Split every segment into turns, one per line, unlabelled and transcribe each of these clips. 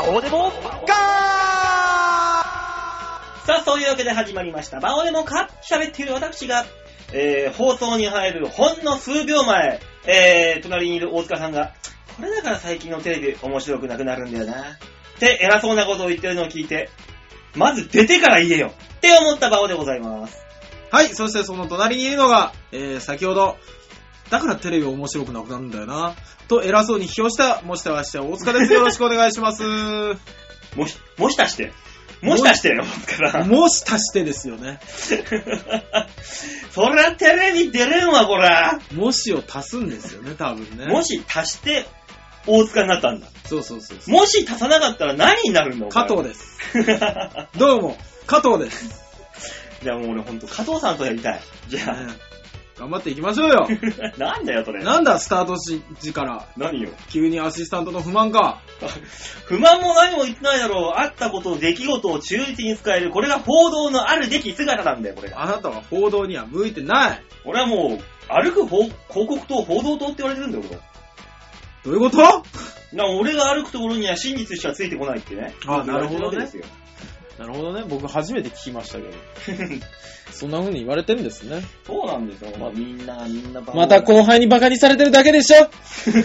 バオデモガー。さあ、そういうわけで始まりましたバオデモか喋っている私が、放送に入るほんの数秒前、隣にいる大塚さんが、これだから最近のテレビ面白くなくなるんだよなって偉そうなことを言ってるのを聞いて、まず出てから言えよって思ったバオでございます。
はい、そしてその隣にいるのが、先ほど、だからテレビ面白くなくなるんだよなと偉そうに批評したもしかして大塚です。よろしくお願いします。
もしかして大塚さん。
もしかしてですよね。
そりゃテレビ出れんわ、こら。
もしを足すんですよね、多分ね。
もし足して大塚になったんだ。
そうそうそう。
もし足さなかったら何になるんだ。
加藤です。どうも加藤です。
じゃあもう俺ほんと加藤さんとやりたい。じゃあ、
ね、頑張っていきましょうよ。
なんだよそれ。
なんだスタート時から
何よ
急にアシスタントの不満か。
不満も何も言ってないだろう。あったことを出来事を忠実に使える、これが報道のあるべき姿なんだよ。これが
あなたは報道には向いてない。
俺はもう歩く広告塔、報道塔って言われてるんだよ。俺
どういうこと？
俺が歩くところには真実しかついてこないってね。
あ、なるほどね。
なるほどね。僕初めて聞きましたけど。そんな風に言われてるんですね。
そうなんですよ。みんな
また後輩にバカにされてるだけでしょ。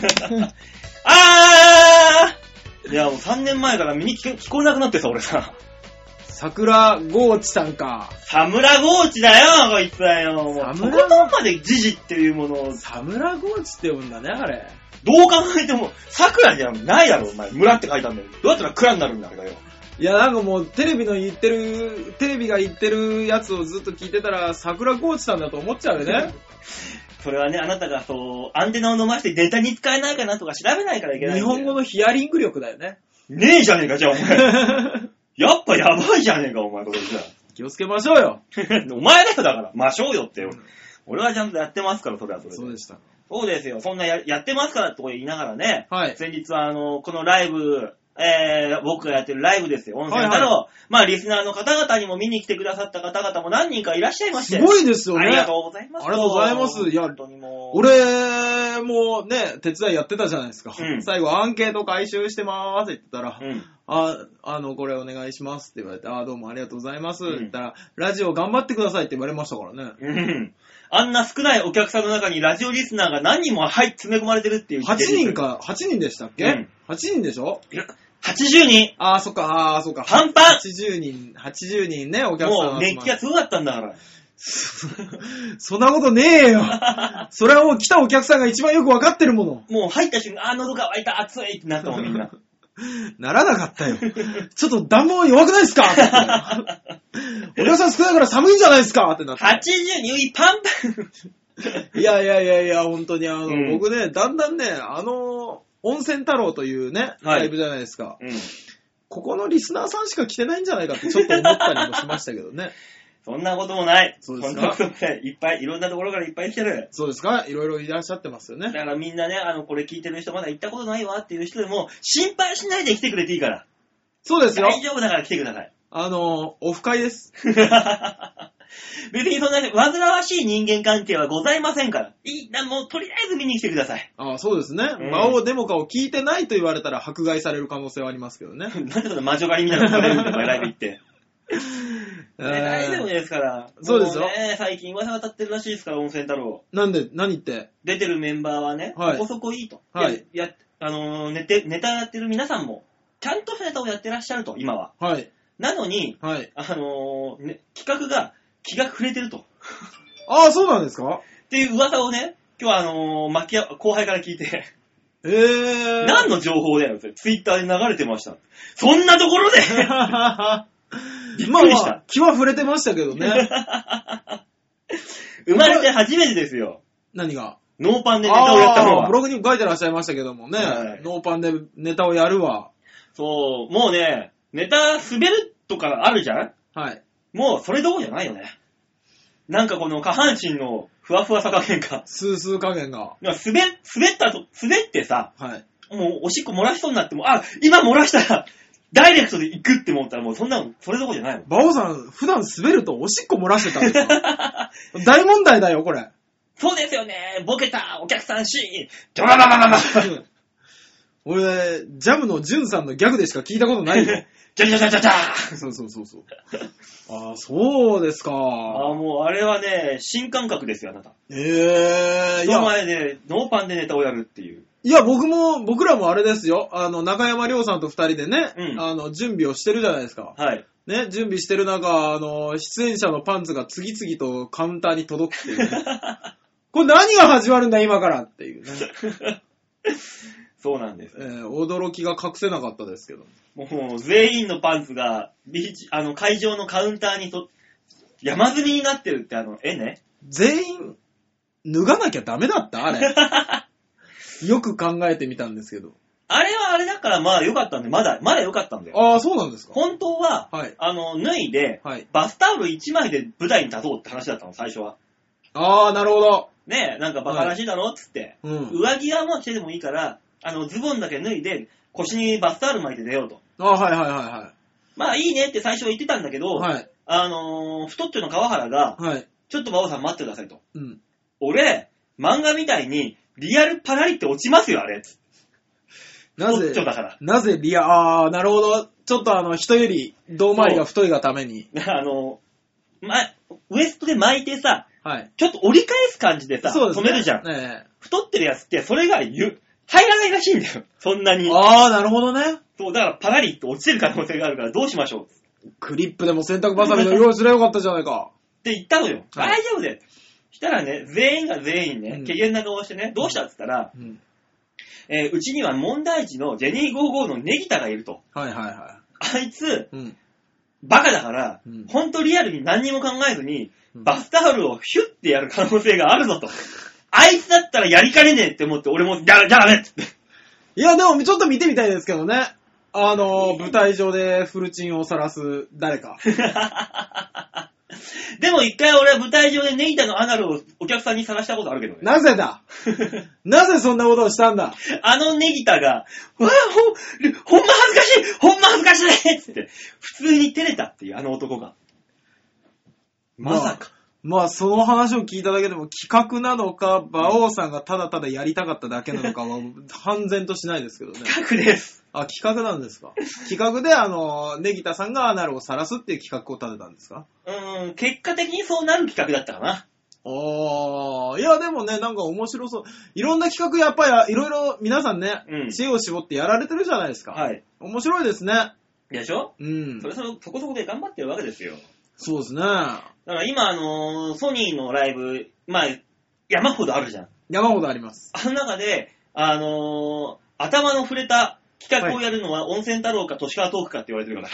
いや、もう3年前から耳聞こえなくなってさ、俺さ。
桜ゴーチさんか。
サムラゴーチだよ、こいつだよ。もうとことんまで時事っていうものを。
サムラゴーチって呼ぶんだね、あれ。
どう考えても、桜じゃないだろ、お前。村って書いてあるんだよ。どうやったら蔵になるんだ、あれがよ。
いや、なんかもう、テレビが言ってるやつをずっと聞いてたら、桜ゴーチさんだと思っちゃうよね。
それはね、あなたがアンテナを伸ばしてネタに使えないかなとか調べないからいけない。
日本語のヒアリング力だよね。
ねえじゃねえか、じゃあお前。やっぱやばいじゃねえか、お前、これじゃ。
気をつけましょうよ。
お前だよ、だから。ましょうよってよ。俺はちゃんとやってますから、それはそれで。
そうでした。
そうですよ。そんなやってますからって言いながらね。
はい。
先日はこのライブ、僕がやってるライブですよ。温泉太郎。
はいはい、
まあ、リスナーの方々にも見に来てくださった方々も何人かいらっしゃいまして。
すごいですよね。
ありがとうございます。
ありがとうございます。いや、
本当にもう。
俺もね、手伝いやってたじゃないですか。
うん、
最後、アンケート回収してまーすって言ったら、
うん、
これお願いしますって言われて、どうもありがとうございますって言ったら、ラジオ頑張ってくださいって言われましたからね。
うん。あんな少ないお客さんの中にラジオリスナーが何人も詰め込まれてるっていう。
8人でしたっけ、うん、8人でしょ
80人。
そっか、そうか。
パンパン
!80 人ね、お客さん。
もう熱気がすごかったんだから。
そんなことねえよ。それはもう来たお客さんが一番よくわかってるもの。
もう入った瞬間、喉乾いた、熱いってなったもん、みんな。
ならなかったよ。ちょっと暖房弱くないですかお客さん少ないから寒いんじゃないですかってなって。
80人パンパ
ン。いや、本当に僕ね、だんだんね、温泉太郎というね、ライブじゃないですか、ここのリスナーさんしか来てないんじゃないかってちょっと思ったりもしましたけどね。
そんなこともない。
そうですか。
そんなこともない。いっぱい、いろんなところからいっぱい来てる。
そうですか。いろいろいらっしゃってますよね。
だからみんなね、これ聞いてる人まだ行ったことないわっていう人でも、心配しないで来てくれていいから。
そうですよ。
大丈夫だから来てください。
オフ会です。
別にそんな煩わしい人間関係はございませんから。もうとりあえず見に来てください。
そうですね。魔王デモカを聞いてないと言われたら迫害される可能性はありますけどね。
なんでそんな魔女狩りみたいなことされるんだよ、ライブ行って。大丈夫ですから。
そうですよ。
最近噂が立ってるらしいですから、温泉太郎。
なんで、何って。
出てるメンバーはね、そこそこいいと。
はい。
ネタやってる皆さんも、ちゃんとしたネタをやってらっしゃると、今は。
はい。
なのに、
はい。
企画が気が触れてると。
そうなんですか
っていう噂をね、今日は後輩から聞いて。何の情報だよって、ツイッターで流れてました。そんなところでびっくりした。
気は触れてましたけどね。
生まれて初めてですよ。
何が
ノーパンでネタをやったのは。
ブログにも書いてらっしゃいましたけどもね。はい、ノーパンでネタをやるわ。
そう、もうね、ネタ滑るとかあるじゃん？
はい。
もうそれどころじゃないよね。なんかこの下半身のふわふわさ加減が。
スースー加減が。
滑ってさ、
はい。
もうおしっこ漏らしそうになっても、今漏らしたら、ダイレクトで行くって思ったらもうそんなの、それどころじゃないもん。
バオさん、普段滑るとおしっこ漏らしてたんですか大問題だよ、これ。
そうですよね。ボケたお客さんシーン。ドラママママ
俺、ジャムのジュンさんのギャグでしか聞いたことないよ。
じゃじゃじゃじゃじゃ
そうそうそうそう。ああ、そうですか。
ああ、もうあれはね、新感覚ですよ、あなた。
いや、
人前でノーパンでネタをやるっていう。
いや、僕らもあれですよ。中山亮さんと二人でね、準備をしてるじゃないですか。
はい。
ね、準備してる中、出演者のパンツが次々とカウンターに届くっていう、ね。これ何が始まるんだ、今からっていうね。
そうなんです。
驚きが隠せなかったですけど。
もう、全員のパンツが、会場のカウンターに山積みになってるって絵ね。
全員、脱がなきゃダメだったあれ。よく考えてみたんですけど。
あれはあれだからまあ良かったんで、まだ良かったんだよ。
ああ、そうなんですか。
本当は、
はい、
脱いで、
はい、
バスタオル1枚で舞台に立とうって話だったの、最初は。
ああ、なるほど。
ねえ、なんかバカらしいだろっつって、はい、上着はもう着てでもいいから、ズボンだけ脱いで、腰にバスタオル巻いて出ようと。
ああ、はいはいはいはい。
まあいいねって最初は言ってたんだけど、はい、太っちょの川原が、はい、ちょっと馬王さん待ってくださいと。うん、俺、漫画みたいに、リアルパラリって落ちますよ、あれ。太っちょだから。
なぜああ、なるほど。ちょっと人より胴回りが太いがために。
ウエストで巻いてさ、はい、ちょっと折り返す感じでさ、止めるじゃん。太ってるやつって、それが入らないらしいんだよ。そんなに。
ああ、なるほどね。
そう、だからパラリって落ちてる可能性があるからどうしましょ
う。クリップでも洗濯バサミの用意すればよかったじゃないか。
って言ったのよ。大丈夫で。したらね、全員が全員ね、怪げな顔してね、どうしたって言ったら、うちには問題児のジェニー55のネギタがいると。
はいはいはい。
あいつ、バカだから、ほんとリアルに何にも考えずに、バスタオルをヒュッてやる可能性があるぞと。あいつだったらやりかねねえって思って、俺も、じゃあねって。
いや、でもちょっと見てみたいですけどね。舞台上でフルチンを晒す誰か。
でも一回俺は舞台上でネギタのアナルをお客さんに晒したことあるけどね。
なぜだなぜそんなことをしたんだ
ネギタが、ほんま恥ずかしいって、普通に照れたっていう、男が。まさか。
まあ、その話を聞いただけでも企画なのか、馬王さんがただただやりたかっただけなのかは、判然としないですけどね。
企画です。
あ、企画なんですか。企画で、ネギタさんがアナルを晒すっていう企画を立てたんですか。
結果的にそうなる企画だったかな。
いや、でもね、なんか面白そう。いろんな企画やっぱり、いろいろ皆さんね、知恵を絞ってやられてるじゃないですか。はい。面白いですね。
でしょ？そこそこで頑張ってるわけですよ。
そうですね。
だから今、ソニーのライブ、まあ、山ほどあるじゃん。
山ほどあります。
あの中で、頭の触れた企画をやるのは、温泉太郎か都市川トークかって言われてるから。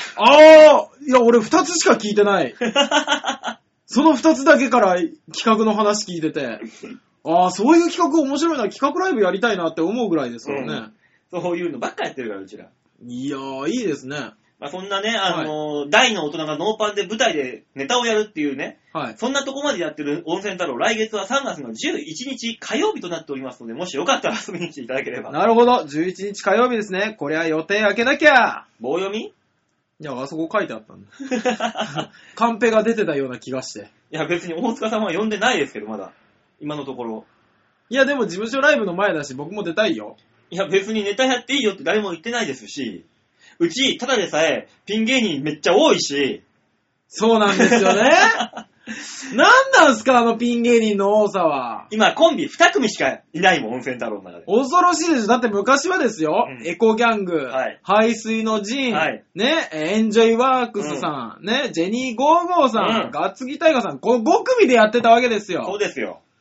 いや、俺2つしか聞いてない。その2つだけから企画の話聞いてて、そういう企画面白いな、企画ライブやりたいなって思うぐらいですからね。
そういうのばっかやってるから、うちら。
いやー、いいですね。
まあ、そんなね、大の大人がノーパンで舞台でネタをやるっていうね、はい、そんなとこまでやってる温泉太郎、来月は3月の11日火曜日となっておりますので、もしよかったら遊びに来ていただければ。
なるほど、11日火曜日ですね。これは予定開けなきゃ。
棒読み？
いや、あそこ書いてあったんだ。カンペが出てたような気がして。
いや、別に大塚さんは呼んでないですけど、まだ。今のところ。
いや、でも事務所ライブの前だし、僕も出たいよ。
いや、別にネタやっていいよって誰も言ってないですし、うち、ただでさえ、ピン芸人めっちゃ多いし。
そうなんですよね。なんなんすか、ピン芸人の多さは。
今、コンビ2組しかいないもん、温泉太郎の中で。
恐ろしいです。だって昔はですよ、エコギャング、排水の陣、ね、エンジョイワークスさん、ね、ジェニー55さん、ガッツギタイガさん、この5組でやってたわけですよ。
そうですよ。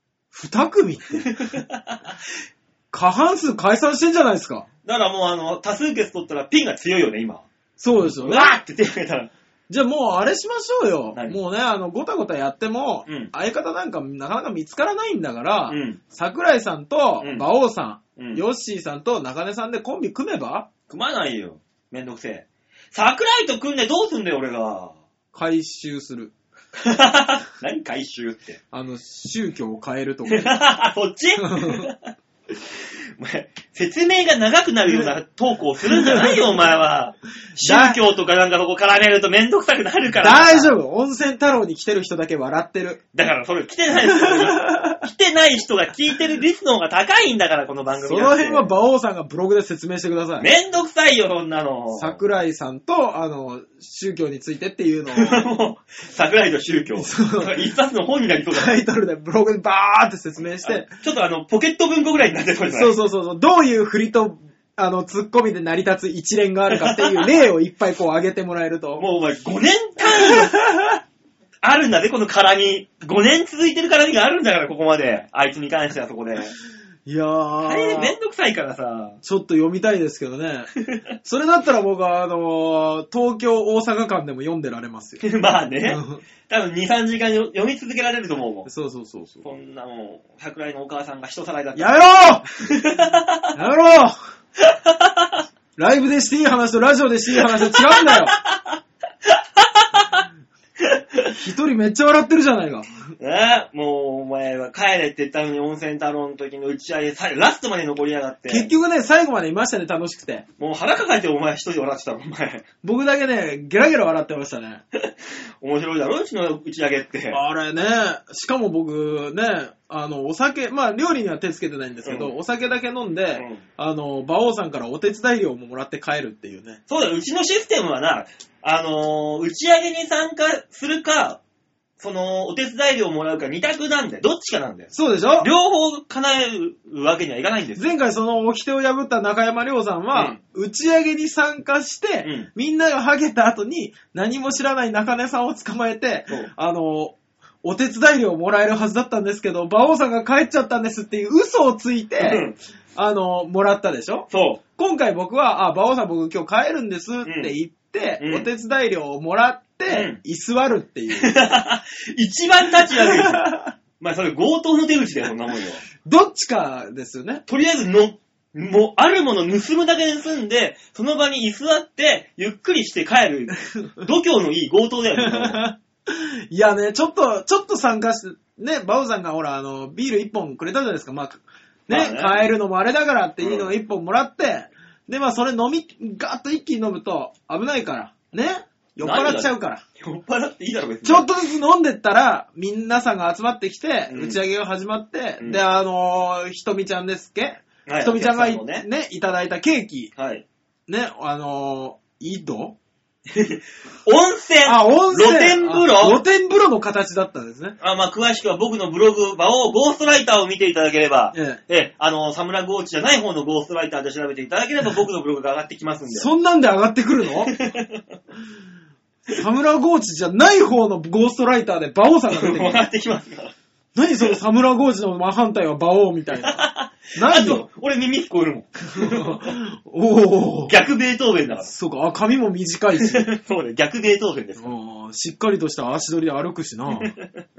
2組って。過半数解散してんじゃないですか。
だからもう多数決取ったらピンが強いよね、今。
そうですよね。
わーって手を挙げたら。
じゃあもうあれしましょうよ。もうね、ごたごたやっても、相方なんかなかなか見つからないんだから、桜井さんと馬王さん、ヨッシーさんと中根さんでコンビ組めば？
組まないよ。めんどくせえ。桜井と組んでどうすんだよ、俺が。
回収する。
何回収って。
宗教を変えるとか。
そっちお前、説明が長くなるようなトークをするんじゃないよ、お前は。宗教とかなんかそこ絡めるとめんどくさくなるから。
大丈夫。温泉太郎に来てる人だけ笑ってる。
だからそれ来てないですよ。来てない人が聞いてる率の方が高いんだから、この番組
その辺は馬王さんがブログで説明してください。
めんどくさいよ、そんなの。
桜井さんと、宗教についてっていうのを。
桜井と宗教。一冊の本になりそうだ。
タイトルでブログでバーって説明して。
ちょっとポケット文庫ぐらいになってそうですね。
そう。どういう振りと、ツッコミで成り立つ一連があるかっていう例をいっぱいこう上げてもらえると。
もうお前5年単位あるんだね、この絡み。5年続いてる絡みがあるんだから、ここまで。あいつに関してはそこで。
いやー。
大変めんどくさいからさ。
ちょっと読みたいですけどね。それだったら僕は、東京、大阪間でも読んでられますよ。
まあね。多分2、3時間読み続けられると思うもん。
そう。
そんなもん、桜井のお母さんが人さらいだった。
やめろやめろライブでしていい話とラジオでしていい話と違うんだよ。一人めっちゃ笑ってるじゃないか。
もうお前は帰れって言ったのに温泉太郎の時の打ち上げ、ラストまで残りやがって。
結局ね、最後までいましたね、楽しくて。
もう腹抱えてお前一人笑ってたもん、お前。
僕だけね、ゲラゲラ笑ってましたね。
面白いだろ、うちの打ち上げって。
あれね、しかも僕ね、お酒、まあ料理には手つけてないんですけど、お酒だけ飲んで、馬王さんからお手伝い料ももらって帰るっていうね。
そうだよ、うちのシステムはな、打ち上げに参加するか、お手伝い料をもらうか二択なんだよ。どっちかなんだよ。
そうでしょ？
両方叶えるわけにはいかないんですよ。
前回掟を破った中山亮さんは、打ち上げに参加して、みんながハゲた後に何も知らない中根さんを捕まえて、お手伝い料をもらえるはずだったんですけど、馬王さんが帰っちゃったんですっていう嘘をついて、もらったでしょ？
そう。
今回僕は、馬王さん僕今日帰るんですって言って、お手伝い料をもらって、居座るっていう。
一番立ち悪い。まあそれ強盗の手口だよ、そんなもんよ。
どっちかですよね。
とりあえずもう、あるもの盗むだけ盗んで、その場に居座って、ゆっくりして帰る。度胸のいい強盗だよね。
いやね、ちょっと参加して、ね、バオさんがほら、ビール1本くれたじゃないですか。まあ、ね、帰るのもあれだからっていいのを1本もらって、で、まあ、それガーッと一気に飲むと危ないから、ね、酔っ払っちゃうから。
酔っ払っていいだろ、別に。
ちょっとずつ飲んでったら、皆さんが集まってきて、打ち上げが始まって、で、ひとみちゃんですっけ？ひとみちゃんがね、いただいたケーキ。
はい。
ね、井戸
温泉露天風呂
露天風呂の形だったんですね。
まあ、詳しくは僕のブログ、ゴーストライターを見ていただければ、サムラゴーチじゃない方のゴーストライターで調べていただければ僕のブログが上がってきますんで。
そんなんで上がってくるのサムラゴーチじゃない方のゴーストライターで馬王さんが出てくる。
上がってきますから。
何そのサムラゴーチの真反対は馬王みたいな。
何よ。俺耳聞こえるもん。おー。逆ベートーベンだから。
そうか、髪も短いし。
そうね、逆ベートーベンですから。
しっかりとした足取りで歩くしな。ね、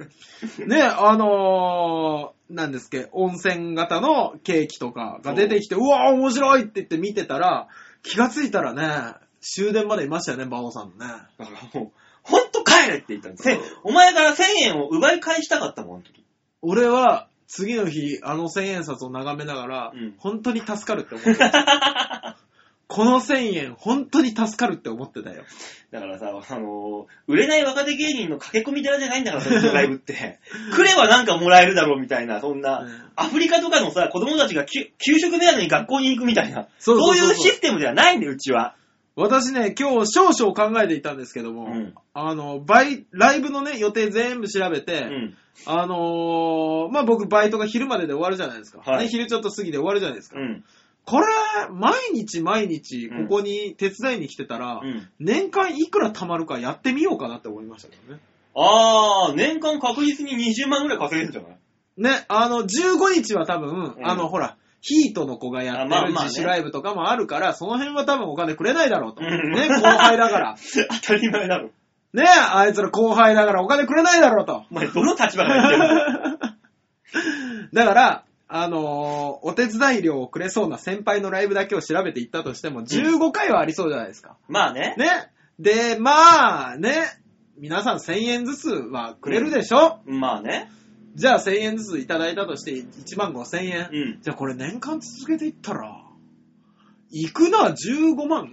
なんですっけ、温泉型のケーキとかが出てきて、うわー面白いって言って見てたら、気がついたらね、終電までいましたよね、馬王さんのね。
だからもう、ほんと帰れって言ったんです。お前から1000円を奪い返したかったもん、
俺は、次の日、1000円札を眺めながら、本当に助かるって思ってた。この1000円、本当に助かるって思ってたよ。
だからさ、売れない若手芸人の駆け込み寺じゃないんだから、そのライブって。来ればなんかもらえるだろうみたいな、そんな、アフリカとかのさ、子供たちが給食目当てに学校に行くみたいな、そういうシステムではないんだよ、うちは。
私ね、今日少々考えていたんですけども、ライブのね、予定全部調べて、まあ、僕バイトが昼までで終わるじゃないですか。はい、ね、昼ちょっと過ぎで終わるじゃないですか。これ、毎日ここに手伝いに来てたら、年間いくら貯まるかやってみようかなって思いましたけどね。
年間確実に20万ぐらい稼げるんじゃない？
ね、15日は多分、ほら、ヒートの子がやってる自主ライブとかもあるから、その辺は多分お金くれないだろうと。ね、後輩だから。
当たり前だろ。
ね、あいつら後輩だからお金くれないだろうと。
お前どの立場から言ってるの？
だから、お手伝い料をくれそうな先輩のライブだけを調べていったとしても、15回はありそうじゃないですか。
まあね。
ね。で、まあね、皆さん1000円ずつはくれるでしょ？
まあね。
じゃあ1000円ずついただいたとして15,000円。じゃあこれ年間続けていったら、いくな、15万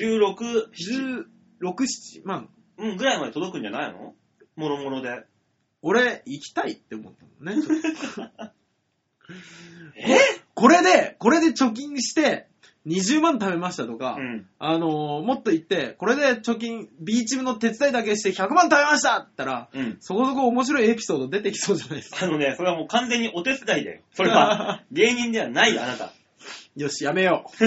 ?16、7万。
ぐらいまで届くんじゃないの？もろもろで。
俺、行きたいって思ったのね。 これで貯金して、20万貯めましたとか、
うん、
もっと言って、これで貯金、B チームの手伝いだけして100万貯めましたって言ったら、うん、そこそこ面白いエピソード出てきそうじゃないですか。
それはもう完全にお手伝いだよ。それは、芸人ではないよ、あなた。
よし、やめよう。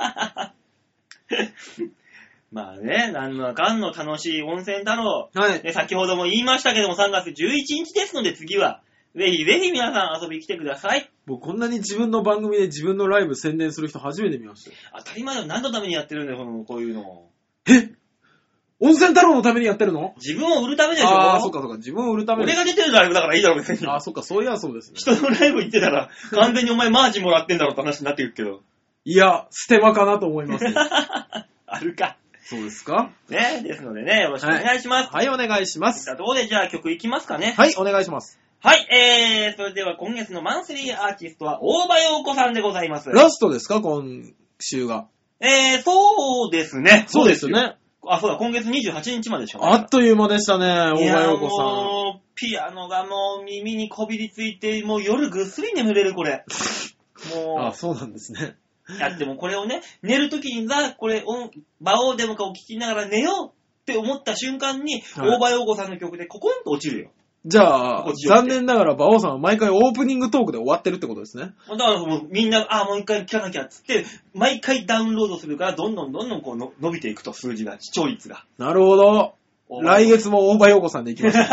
まあね、なんのかんの楽しい温泉太郎。
はい。
で、先ほども言いましたけども、3月11日ですので、次は、ぜひぜひ皆さん遊びに来てください。
僕こんなに自分の番組で自分のライブ宣伝する人初めて見ましたよ。
当たり前だよ。何のためにやってるんだよ、こういうの。
温泉太郎のためにやってるの？
自分を売るためでしょ。
ああ、そっか。自分を売るため
俺が出てるライブだからいいだろ、別に。
ああ、そっか、そういやそうですね。
人のライブ行ってたら、完全にお前マージもらってんだろって話になってくるけど。
いや、ステマかなと思います。
あるか。
そうですか？
ね、ですのでね、よろしくお願いします。
はい、お願いします。
どうでじゃあ曲いきますかね。
はい、お願いします。
はい、それでは今月のマンスリーアーティストは大場陽子さんでございます。
ラストですか、今週が。
そうですね。
そうですよね。
あ、そうだ、今月28日までしか
ない。あっという間でしたね、大場陽子さん。
もう、ピアノがもう耳にこびりついて、もう夜ぐっすり眠れる、これ。もう。
あ、そうなんですね。
だってもうこれをね、寝るときにこれ、馬王デモカを聴きながら寝ようって思った瞬間に、大場陽子さんの曲でココンと落ちるよ。
じゃあ、残念ながら馬王さんは毎回オープニングトークで終わってるってことですね。
だからもうみんな、もう一回聴かなきゃっつって、毎回ダウンロードするから、どんどんこう伸びていくと、数字が、視聴率が。
なるほど。来月も大場陽子さんでいきましょう。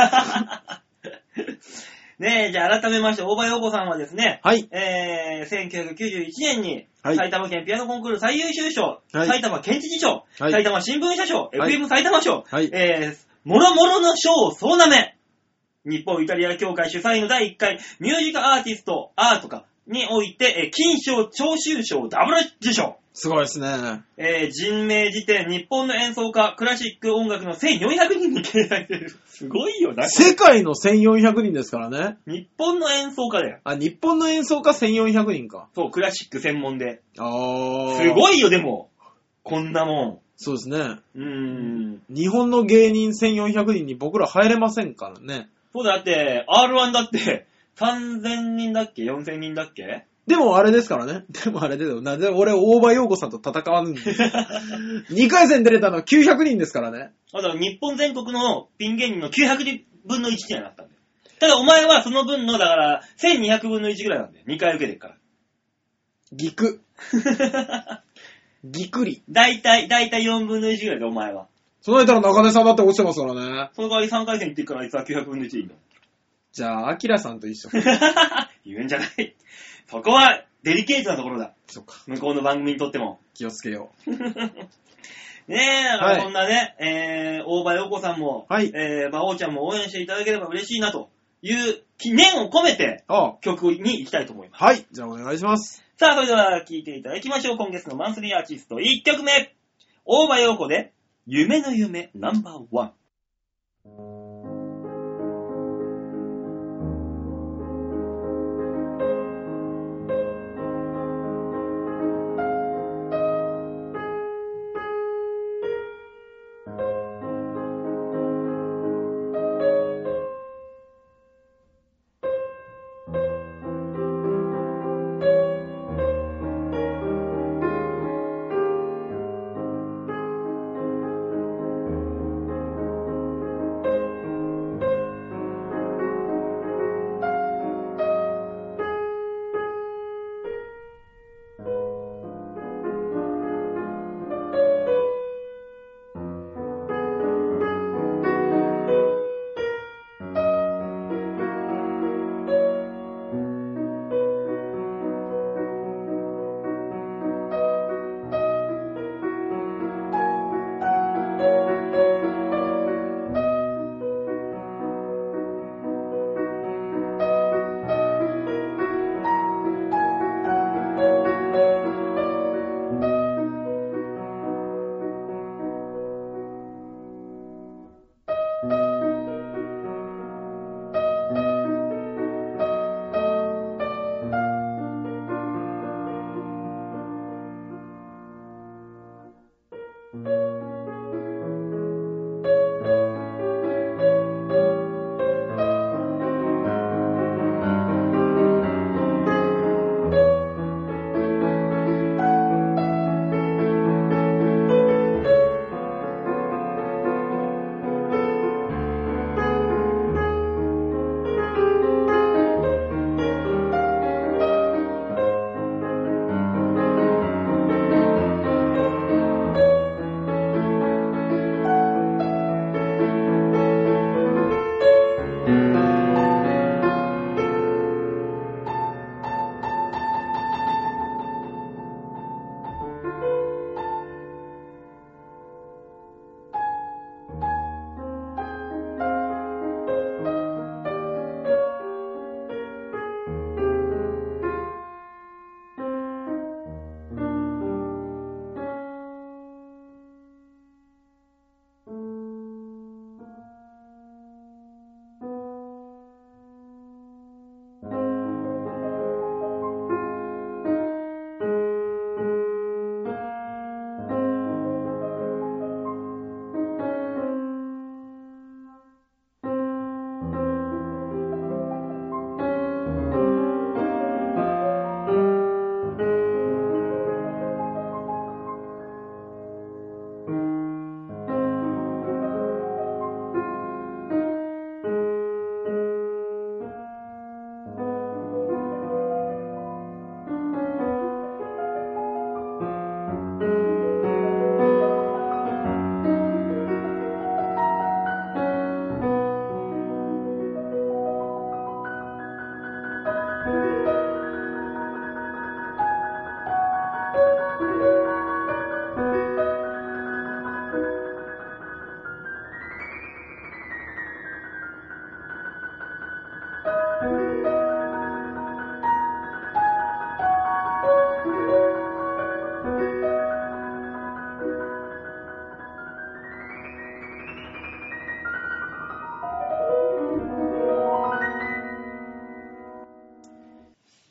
ねえ、じゃあ改めまして、大場陽子さんはですね、
はい。
1991年に、
はい、
埼玉県ピアノコンクール最優秀賞、
はい、
埼玉県知事賞、
はい、
埼玉新聞社賞、
はい、
FM 埼玉賞、
はい、
もろもろの賞を総なめ、日本イタリア協会主催の第1回ミュージカルアーティストアートかにおいて、金賞、長州賞、ダブル受賞。
すごいですね。
人名辞典、日本の演奏家、クラシック音楽の1400人に掲載されてる。すごいよな。
世界の1400人ですからね。
日本の演奏家だよ。
日本の演奏家1400人か。
そう、クラシック専門で。
あー。
すごいよ、でも。こんなもん。
そうですね。
日
本の芸人1400人に僕ら入れませんからね。
そうだって、R1 だって、3000人だっけ ?4000 人だっけ
でもあれですからね。でもあれだよ。なぜ俺、大場陽子さんと戦わぬんで。2回戦出れたの900人ですからね。
だから日本全国のピン芸人の900分の1にはなったんだよ。ただお前はその分の、だから1200分の1ぐらいなんだよ。2回受けてるから。
ぎくり。
だいたい4分の1ぐらいでお前は。
その間の中根さんだって落ちてますからね。
その代わり3回戦行ってるからあいつは900分の1でいいんだ。
じゃあ、アキラさんと一緒。
言うんじゃない。そこはデリケートなところだ。
そっか。
向こうの番組にとっても。
気をつけよう。
ねえ、だからこんなね、大場陽子さんも、
はい。
馬王ちゃんも応援していただければ嬉しいなという記念を込めて、曲に行きたいと思います。
はい。じゃあお願いします。
さあ、それでは聴いていただきましょう。今月のマンスリーアーティスト1曲目。大場陽子で、夢の夢ナンバーワン。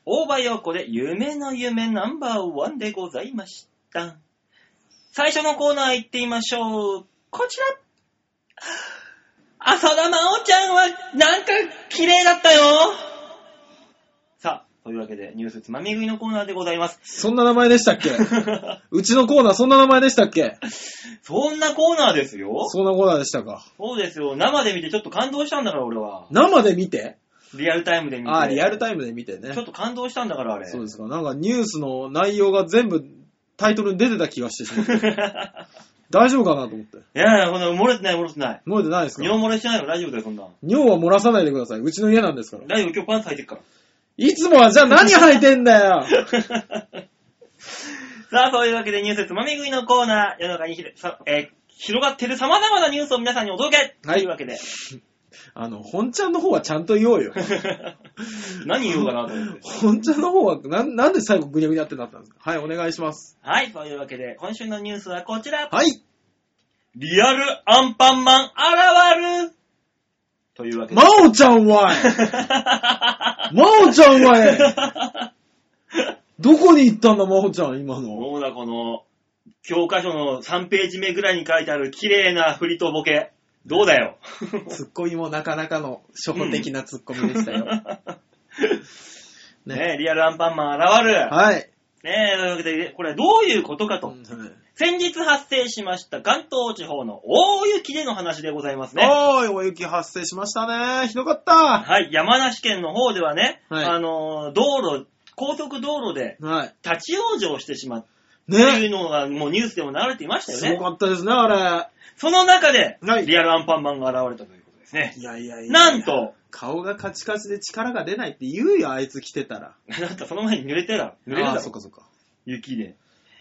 大場陽子で夢の夢ナンバーワンでございました。最初のコーナー行ってみましょう。こちら。浅田真央ちゃんはなんか綺麗だったよ。さあ、というわけでニュースつまみ食いのコーナーでございます。
そんな名前でしたっけうちのコーナーそんな名前でしたっけ？
そんなコーナーですよ。
そんなコーナーでしたか。
そうですよ。生で見てちょっと感動したんだから俺は。
生で見て？
リアルタイムで見て。
ああ、リアルタイムで見てね。
ちょっと感動したんだからあれ。
そうですか。なんかニュースの内容が全部タイトルに出てた気がしてしまって。大丈夫かなと思って。
いやいや、漏れてない。漏れてないですか？尿漏れしてないの大丈夫だよ、そんな。
尿は漏らさないでください。うちの家なんですから。
大丈夫、今日パンツ履いてるから。
いつもはじゃあ何履いてんだよ
さあ、そういうわけでニュースつまみ食いのコーナー、世の中に広がってる様々なニュースを皆さんにお届け、はい、というわけで。
本ちゃんの方はちゃんと言おうよ。
何言おうかなと思って。
本ちゃんの方はなんで最後グニャグニャってなったんですか？はい、お願いします。
はい、というわけで、今週のニュースはこちら。
はい。
リアルアンパンマン現るというわけで。
まおちゃんはまおちゃんはどこに行ったんだ、まおちゃん、今の。
どうだ、この、教科書の3ページ目ぐらいに書いてある綺麗な振りとボケ。どうだよ。
ツッコミもなかなかの初歩的なツッコミでしたよ。
ねえ、リアルアンパンマン現る。
はい。
ねえ、というわけで、これどういうことかと。先日発生しました関東地方の大雪での話でございますね。
大雪発生しましたね。ひどかった。
はい、山梨県の方ではね、
はい、
高速道路で立ち往生してしまった。
ね、
っていうのがもうニュースでも流れていましたよね。
すごかったですね、あれ。
その中で、
はい、
リアルアンパンマンが現れたということですね。
いやいやいや。
なんと、
顔がカチカチで力が出ないって言うよ、あいつ来てたら。
なんかその前に濡れるだろ。
そっかそっか。
雪で。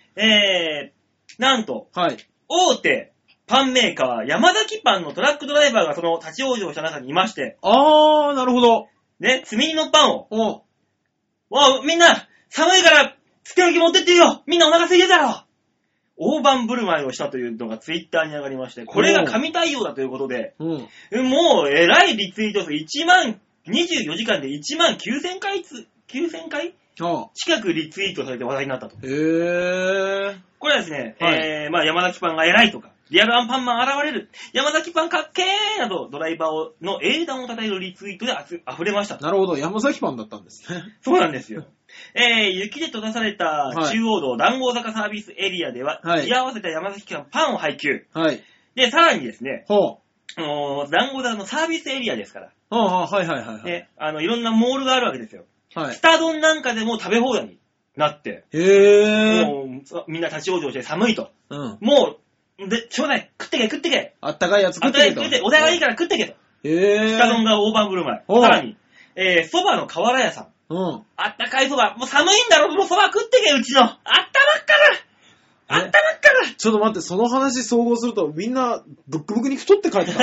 なんと、
はい。
大手パンメーカー、山崎パンのトラックドライバーがその立ち往生した中にいまして。
あー、なるほど。
ね、積み荷のパンを。みんな、寒いから、つけ置き持ってってよ。みんなお腹空いてたろ。大盤振る舞いをしたというのがツイッターに上がりまして、これが神対応だということで、もうえらいリツイート数24時間で1万9000回近くリツイートされて話題になったと。
これ
はですね、まあ山崎パンが偉いとか、リアルアンパンマン現れる、山崎パンかっけーなど、ドライバーの英断を称えるリツイートで溢れました。
なるほど、山崎パンだったんですね。
そうなんですよ。雪で閉ざされた中央道談合坂サービスエリアでは、居合わせた山崎パンを配給。
はい。
で、さらにですね、談合坂のサービスエリアですから。で、いろんなモールがあるわけですよ。はい。スタ丼なんかでも食べ放題になって。もう、みんな立ち往生して寒いと。もう、しょうがない。食ってけ。
あったかいやつ食ってけと。
お題がいいから食ってけと。スタ丼が大盤振る舞い。さらに、蕎麦の河原屋さん。あったかい蕎麦。もう寒いんだろ。もう蕎麦食ってけ、うちの。あったまっから
ちょっと待って、その話総合するとみんなブックブクに太って帰った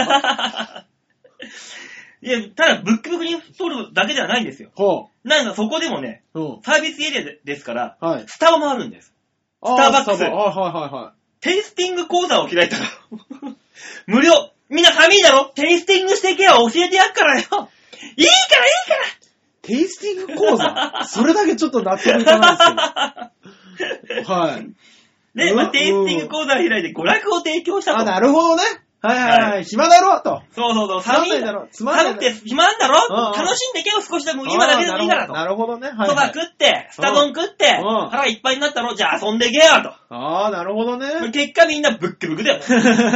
いや、ただブックブクに太るだけではないんですよ。なんかそこでもね、サービスエリアですから、スタを回るんです。スターバックス。テイスティング講座を開いたら、無料。みんな寒いだろ。テイスティングしてけよ。教えてやっからよ。いいから
テイスティング講座それだけちょっと納得いかないですけど。はい。
ね、テイスティング講座を開いて娯楽を提供したと。
なるほどね。はい。暇だろと。
そう。寒くて暇なんだろ。楽しんでけよ、少しでも今だけでもいいからと。
なるほどね。
蕎麦食って、スタ丼食って、腹いっぱいになったろ。じゃあ遊んでけよと。
なるほどね。
結果みんなブックブクだよ。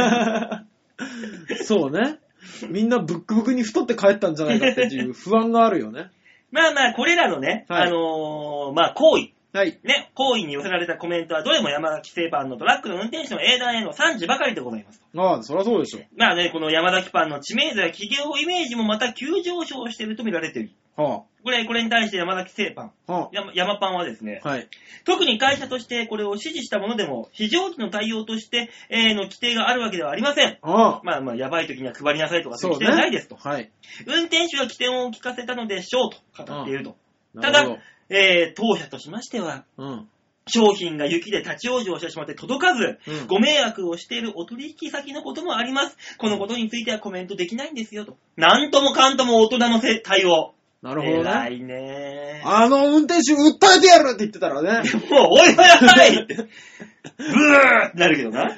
そうね。みんなブックブクに太って帰ったんじゃないかっていう不安があるよね。
まあ、これらのね、まあ、行為。ね、行為に寄せられたコメントはどれも山崎製パンのトラックの運転手の英断への賛辞ばかりでございます。
そりゃそうでしょ。
まあね、この山崎パンの知名度や企業イメージもまた急上昇していると見られている。これに対して山崎製パン、山パンはですね、特に会社としてこれを支持したものでも、非常時の対応として、の規定があるわけではありません。まあ、やばい時には配りなさいとかそういう規定はないですと。運転手は規定を聞かせたのでしょうと語っていると。ただ、当社としましては、商品が雪で立ち往生してしまって届かず、ご迷惑をしているお取引先のこともあります。このことについてはコメントできないんですよと。なんともかんとも大人の対応。
なるほどね。
偉いね。
運転手訴えてやるって言ってたらね。
もう、おいおいおいって、ブーってなるけどな。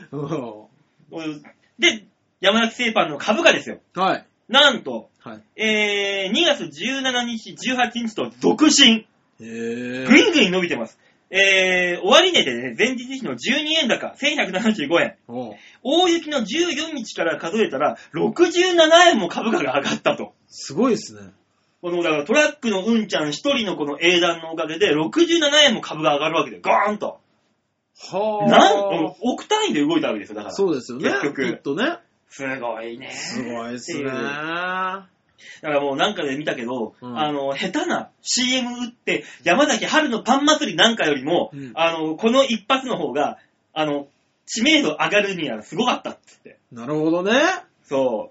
で、山崎製パンの株価ですよ。
はい。
なんと、
はい、
2月17日、18日と続伸。ぐいぐい伸びてます。終値でね、前日比の12円高、1175円。大雪の14日から数えたら、67円も株価が上がったと。
すごいですね。
だからトラックのうんちゃん一人のこの英断のおかげで、67円も株が上がるわけで、ガーンと。
はぁ。
億単位で動いたわけですよ、だから。
そうですよね。
結局。
きっとね。
すごいね。
すごいですね。だ
からもうなんかで見たけど、下手な CM 打って、山崎春のパン祭りなんかよりも、この一発の方が、知名度上がるにはすごかったっつって。
なるほどね。
そう。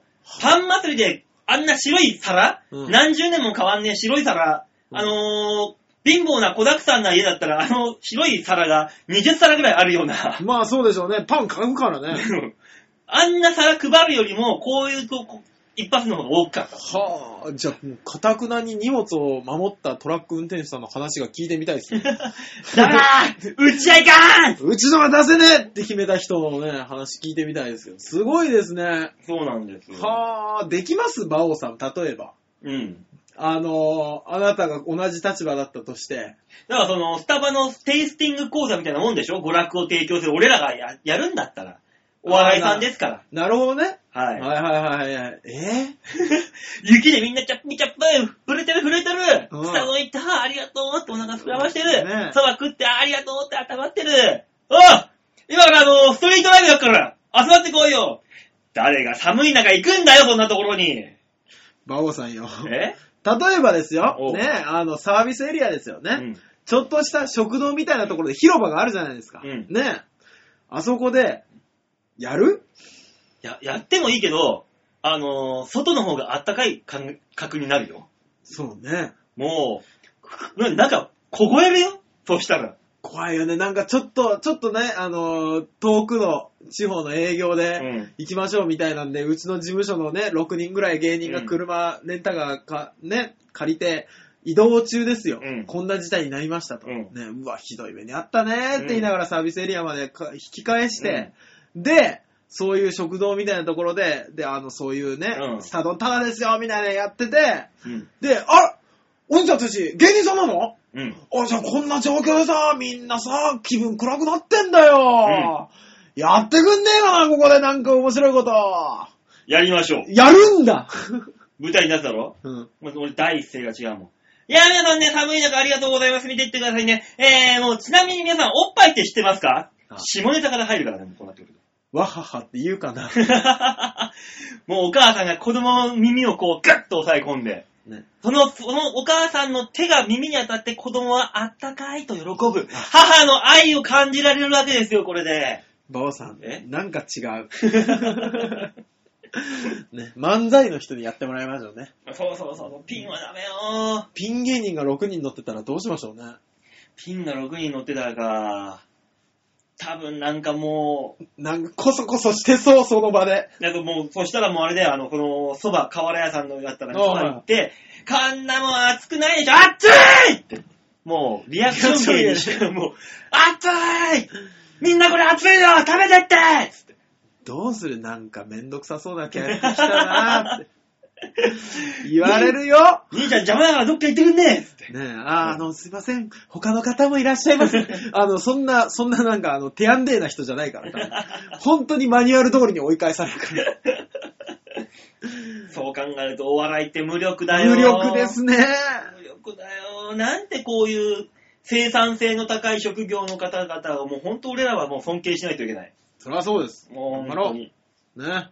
パン祭りで、あんな白い皿、何十年も変わんねえ白い皿、貧乏な子沢山な家だったら、白い皿が20皿ぐらいあるような。
まあそうでしょうね。パン買うからね。
あんな皿配るよりも、こういう一発の方が大きかった。
はぁ、じゃあ、かたくなに荷物を守ったトラック運転手さんの話が聞いてみたいですね。
だからうちはいかん
うちのは出せねえって決めた人のね、話聞いてみたいですけど。すごいですね。
そうなんですよ。
はぁ、できます馬王さん、例えば。
うん。
あなたが同じ立場だったとして。
だからスタバのテイスティング講座みたいなもんでしょ？娯楽を提供する俺らがやるんだったら。お笑いさんですから。
なるほどね。
はい。
はい。
雪でみんなチャッピチャップ震えてる下の行ったありがとうってお腹膨らましてる。そば食ってありがとうって温まってる。今からストリートライブだから集まってこいよ。誰が寒い中行くんだよ、そんなところに。
馬王さんよ。
例
えばですよ。ね、サービスエリアですよね。ちょっとした食堂みたいなところで広場があるじゃないですか。ね。あそこで、やる？
やってもいいけど、外の方があったかい感覚になるよ。
そうね。
もう、なんか、凍えるよ？そうしたら。
怖いよね。なんかちょっとね、遠くの地方の営業で行きましょうみたいなんで、うちの事務所のね、6人ぐらい芸人が車、レンタカーね、借りて、移動中ですよ、こんな事態になりましたと。ね、うわ、ひどい目にあったねって言いながらサービスエリアまで引き返して、で、そういう食堂みたいなところで、そういうね、スタ丼タダですよみたいなやってて、で、お兄ちゃんたち、芸人さんなの？じゃあこんな状況でさ、みんなさ、気分暗くなってんだよ。やってくんねえかな、ここでなんか面白いこと。
やりましょう。
やるんだ
舞台になったろ？俺第一声が違うもん。いや、皆さんね、寒い中ありがとうございます。見ていってくださいね。もうちなみに皆さん、おっぱいって知ってますか？下ネタから入るからね、もうこうなってくると。
わははって言うかな。
もうお母さんが子供の耳をこうガッと押さえ込んで、そのお母さんの手が耳に当たって子供はあったかいと喜ぶ。母の愛を感じられるわけですよ、これで。
ばあさん、なんか違う。ね、漫才の人にやってもらいましょうね。
そう。ピンはダメよ。
ピン芸人が6人乗ってたらどうしましょうね。
ピンが6人乗ってたらか。多分なんかもう。
なんかこそこそしてそう、その場で。
なんかもう、そしたらもうあれで、この蕎麦、瓦屋さんのやったらそば行って、こんなもん熱くないでしょ、熱いって。もう、リアクション芸にして、もう、熱いみんなこれ熱いよ食べてってつって。
どうする？なんかめんどくさそうなキャラ来たなーって。言われるよ。
兄ちゃん邪魔だからどっか行ってくんねえつって。
ねえ、すいません。他の方もいらっしゃいます。そんななんか手安定な人じゃないから。本当にマニュアル通りに追い返されるから。
そう考えるとお笑いって無力だよ。
無力ですね。
無力だよ。なんてこういう生産性の高い職業の方々をもう本当俺らはもう尊敬しないといけない。
そりゃそうです。
もう本当に。
ね。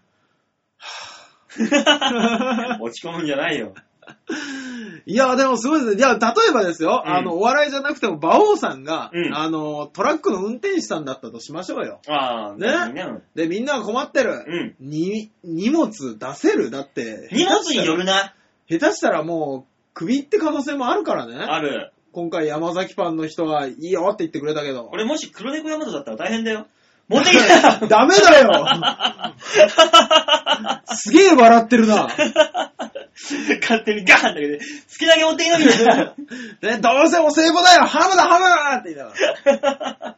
落ち込むんじゃないよ。
いや、でもすごいですね。いや、例えばですよ、お笑いじゃなくても、馬王さんが、トラックの運転手さんだったとしましょうよ。ね。で、みんなが困ってる。荷物出せる？だって。
荷物によるな。
下手したらもう、首って可能性もあるからね。
ある。
今回山崎パンの人はいいよって言ってくれたけど。
俺もし黒猫山田だったら大変だよ。持ってきた
ダメだよすげえ笑ってるな。
勝手にガーンだけで、好きだけ持ってきなみたいな。
ね、どうせお歳暮だよハムだハムだって言いながら。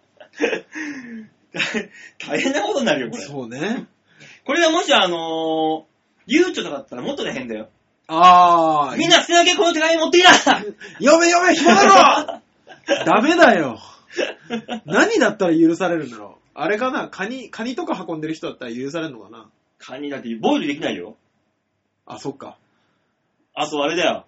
大変なことになるよ、これ。
そうね。
これがもしゆうちょとかだったらもっと大変だよ。
あー。
みんな好きだけこの手紙持ってきな
読め暇だろダメだよ。何だったら許されるんだろう。あれかな、カニとか運んでる人だったら許されるのかな。
カニだってボイルできないよ。
あ、そっか。
あとあれだよ。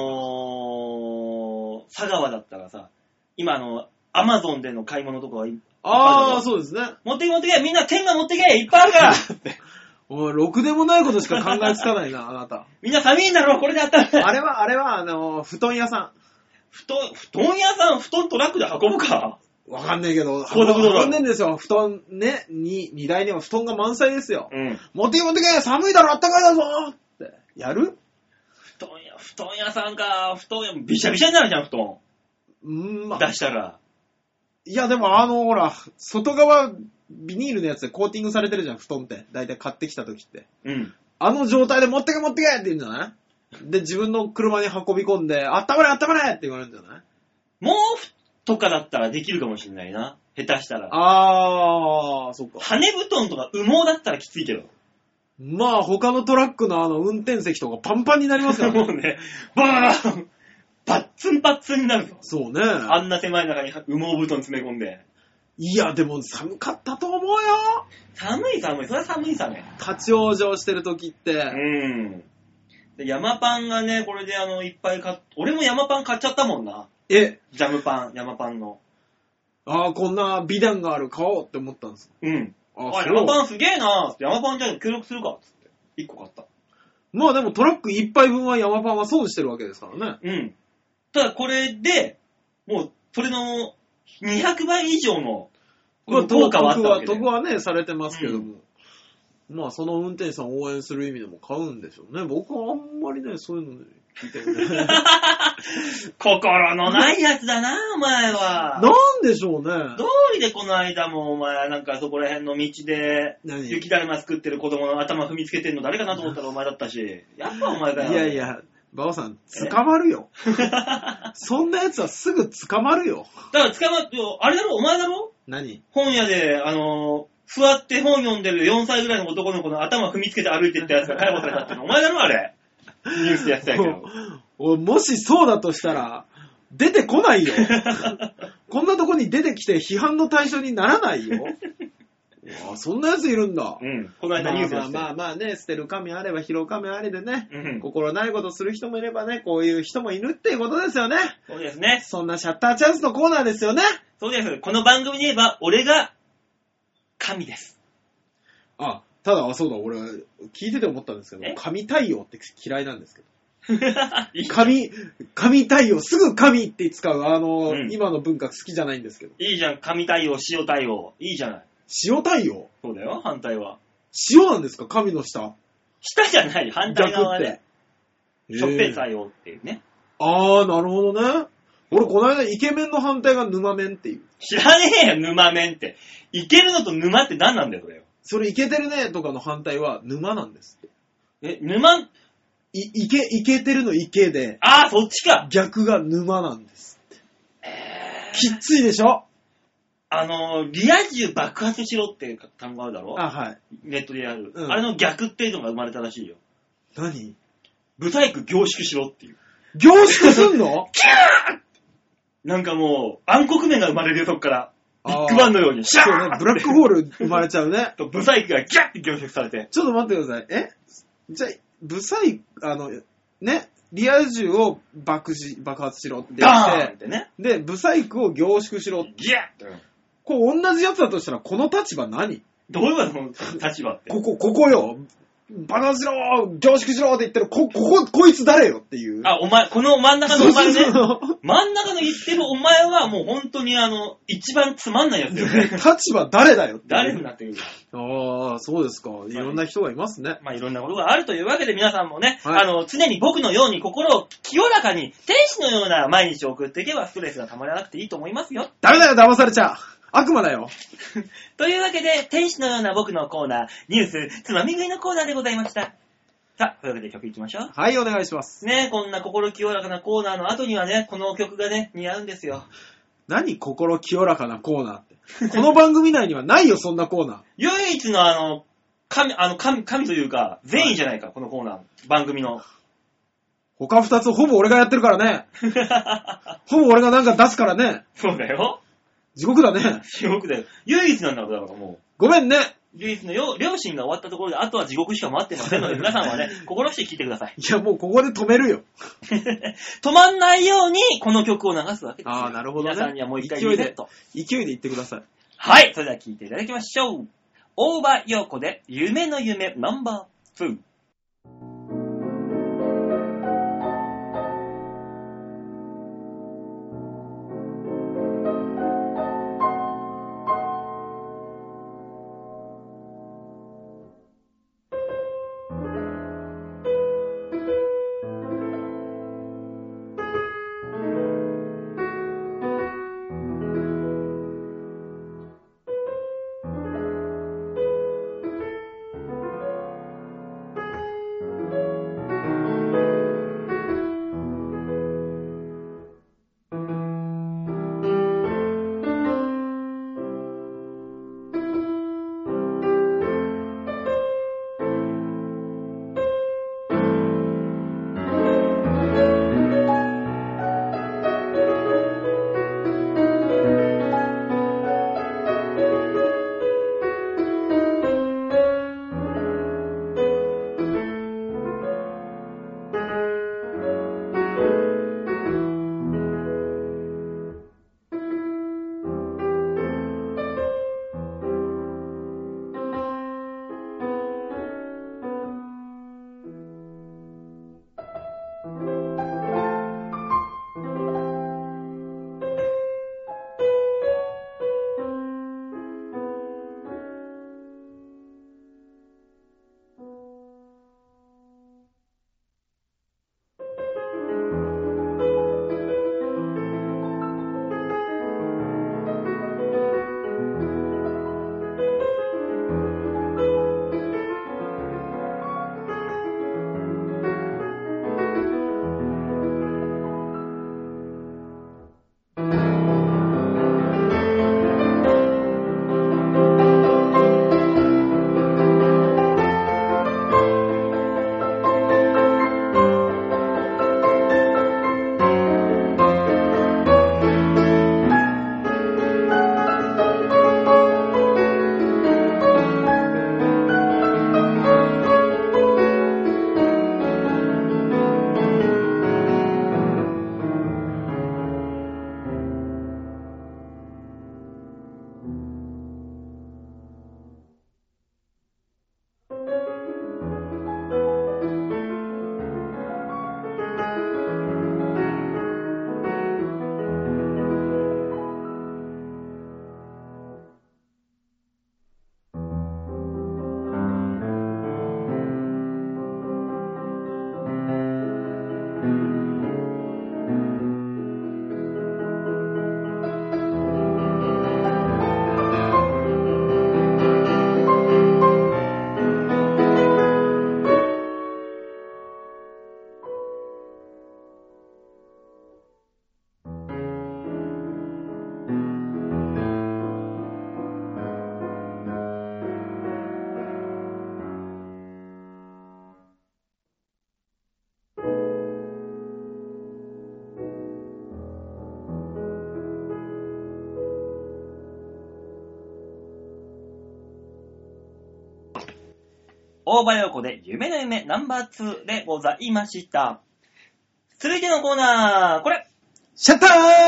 佐川だったらさ、今アマゾンでの買い物とかはいっぱい
あー、そうですね。
持ってけ、みんな天が持ってけ、いっぱいあるから
お前、ろくでもないことしか考えつかないな、あなた。
みんな寒いんだろ、これであったら。
あれは、布団屋さん。
布団屋さん、布団トラックで運ぶか
わかんないけど、
高速道路
運んでんですよ、布団ね、荷台には布団が満載ですよ。
うん。
持ってけ、寒いだろ、あったかいだぞって。やる？
布団屋さんか、びしゃびしゃになるじゃん、布団。
まあ、
出したら。
いや、でもほら、外側、ビニールのやつでコーティングされてるじゃん、布団って。だいたい買ってきた時って。
うん。
あの状態で持ってけって言うんじゃない？で、自分の車に運び込んで、あったまれって言われるんじゃない？
毛布とかだったらできるかもしれないな。下手したら。
そっか。
羽布団とか羽毛だったらきついけど。
まあ、他のトラックの運転席とかパンパンになりますからね。
もうね、バーンパッツンパッツンになるぞ。
そうね。
あんな狭い中に羽毛布団詰め込んで。
いや、でも寒かったと思うよ。
寒い。それは寒いさね。
立ち往生してる時って。
で、山パンがね、これでいっぱい俺も山パン買っちゃったもんな。
ジ
ャムパン、山パンの。
こんな美談がある、買おうって思ったんです。
山パンすげえなーって、山パンじゃあ協力するかっつって。1個買った。
まあでもトラック1杯分は山パンは損してるわけですからね。
ただこれで、もう、それの200倍以上の効果はあったわけで。
得はね、されてますけども。まあその運転手さんを応援する意味でも買うんでしょうね。僕はあんまりね、そういうのね、聞いてるね。
心のないやつだな、お前は。
なんでしょうね。
どうりでこの間もお前なんかそこら辺の道で雪だるま作ってる子供の頭踏みつけてんの誰かなと思ったらお前だったし、やっぱお前だよ。
いや、バオさん、捕まるよ。そんなやつはすぐ捕まるよ。
だから捕まって、あれだろ、お前だろ？
何？
本屋で、座って本読んでる4歳ぐらいの男の子の頭踏みつけて歩いてったやつが逮捕されたってのお前だろ、あれ。ニュースでやってたけど。
もしそうだとしたら、出てこないよ。こんなとこに出てきて批判の対象にならないよ。そんなやついるんだ。
この間ニュースで
まあね、捨てる神あれば拾う神あれでね、心ないことする人もいればね、こういう人もいるっていうことですよね。
そうですね。
そんなシャッターチャンスのコーナーですよね。
そうです。この番組で言えば、俺が神です。
ただ、そうだ、俺、聞いてて思ったんですけど、神対応って嫌いなんですけど。神対応、すぐ神って使う、今の文化好きじゃないんですけど。
いいじゃん、神対応、塩対応。いいじゃない。
塩対応？
そうだよ、反対は。
塩なんですか、神の下？
下じゃない、反対側で。しょっぺ対応っていうね。
なるほどね。俺、この間、イケメンの反対が沼麺っていう。
知らねえよ、沼麺って。イケるのと沼って何なんだよ、それよ。
それ、イケてるねとかの反対は、沼なんですって。
沼
イケてるのイケで。
そっちか。
逆が沼なんですって。きっついでしょ？
リア充爆発しろって単語あるだろ？
はい。
ネットでやる。あれの逆っていうのが生まれたらしいよ。
何？
ブサイク凝縮しろっていう。
凝縮すんの？
キャーなんかもう、暗黒面が生まれるよ、そっから。ビッグバンのように。シャー
そうね、ブラックホール生まれちゃうね。
と、ブサイクがギャッて凝縮されて。
ちょっと待ってください。じゃあ、ブサイク、リア充を爆発しろって言って、
ね、
で、ブサイクを凝縮しろって。
ギャッて。
これ同じやつだとしたら、この立場何？
どういうことの立場って。
ここよ。爆発しろ凝縮しろって言ってる、こいつ誰よっていう。
お前、この真ん中のお前ね。真ん中の言ってるお前はもう本当に一番つまんないやつだよね。
立場誰だよって。
誰になってる
そうですか。いろんな人がいますね。
いろんなことがあるというわけで皆さんもね、常に僕のように心を清らかに天使のような毎日を送っていけばストレスがたまらなくていいと思いますよ。
ダメだよ、騙されちゃう。悪魔だよ。
というわけで、天使のような僕のコーナー、ニュース、つまみ食いのコーナーでございました。 さあ、というわけで曲いきましょう。
はい、お願いします。
ね、こんな心清らかなコーナーの後にはね、この曲がね、似合うんですよ。
何心清らかなコーナーって。この番組内にはないよ、そんなコーナー。
唯一の神というか、善意じゃないか、このコーナー。番組の。
他2つほぼ俺がやってるからね。ほぼ俺がなんか出すからね。
そうだよ。
地獄だね。
地獄だよ。唯一なんだからもう。
ごめんね。
唯一の両親が終わったところで、あとは地獄しか待ってませんので、皆さんはね、心して聴いてください。
いや、もうここで止めるよ。
止まんないように、この曲を流すわけですよ。
ああ、なるほどね。
皆さんにはもう一回リセット。
勢いで言ってください。
はい、それでは聴いていただきましょう。大場陽子で、夢の夢ナンバー2。大場陽子で夢の夢ナンバー2でございました。続いてのコーナー、これ。
シャッター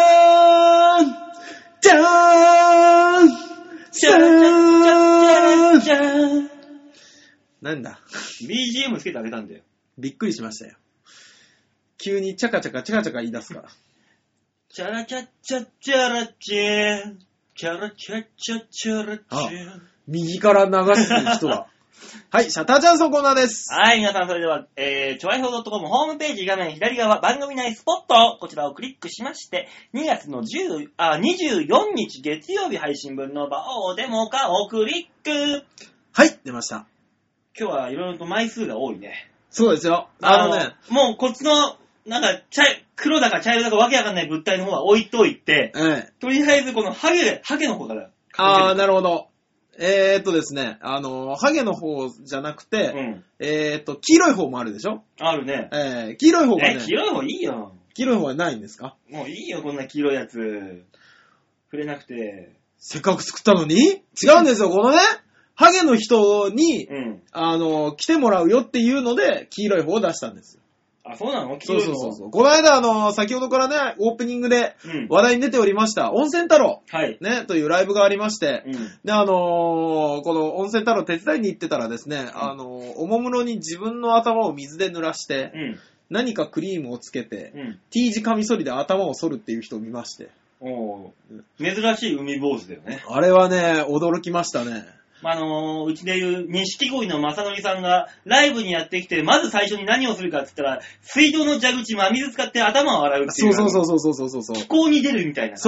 じゃーん
シャラチャッチャッチャラチャー。
なんだ
BGM つけてあげたんだよ。
びっくりしましたよ。急にチャカチャカチャカチャカ言い出すから。
チャラチャッチャッチャラチャー。チャラチャッチャッチャラチャー。
右から流す人だ。はい、シャッターチャンスのコーナーです。
はい、皆さんそれでは、ちょわひょう .com ホームページ画面左側番組内スポット、こちらをクリックしまして、2月の24日月曜日配信分の場をデモ化をクリック。
はい、出ました。
今日はいろいろと枚数が多いね。
そうですよ。
もうこっちの、なんか、黒だか茶色だかわけわかんない物体の方は置いといて、とりあえずこのハゲの方から。
なるほど。ですね、ハゲの方じゃなくて、黄色い方もあるでしょ？
あるね。
黄色い方がね。
黄色い方いいよ。
黄色い方はないんですか？
もういいよ、こんな黄色いやつ。触れなくて。
せっかく作ったのに？違うんですよ、このね、ハゲの人に、来てもらうよっていうので、黄色い方を出したんですよ。
あ、そうなの？黄色い方。
そう。この間、先ほどからね、オープニングで話題に出ておりました、温泉太郎、ね、というライブがありまして、で、この温泉太郎手伝いに行ってたらですね、おもむろに自分の頭を水で濡らして、何かクリームをつけて、T 字カミソリで頭を剃るっていう人を見まして。
珍しい海坊主だよね。
あれはね、驚きましたね。
うちでいう錦鯉の正則さんがライブにやってきて、まず最初に何をするかって言ったら、水道の蛇口真水使って頭を洗うっていう。
そう。
気候に出るみたいな。
そう。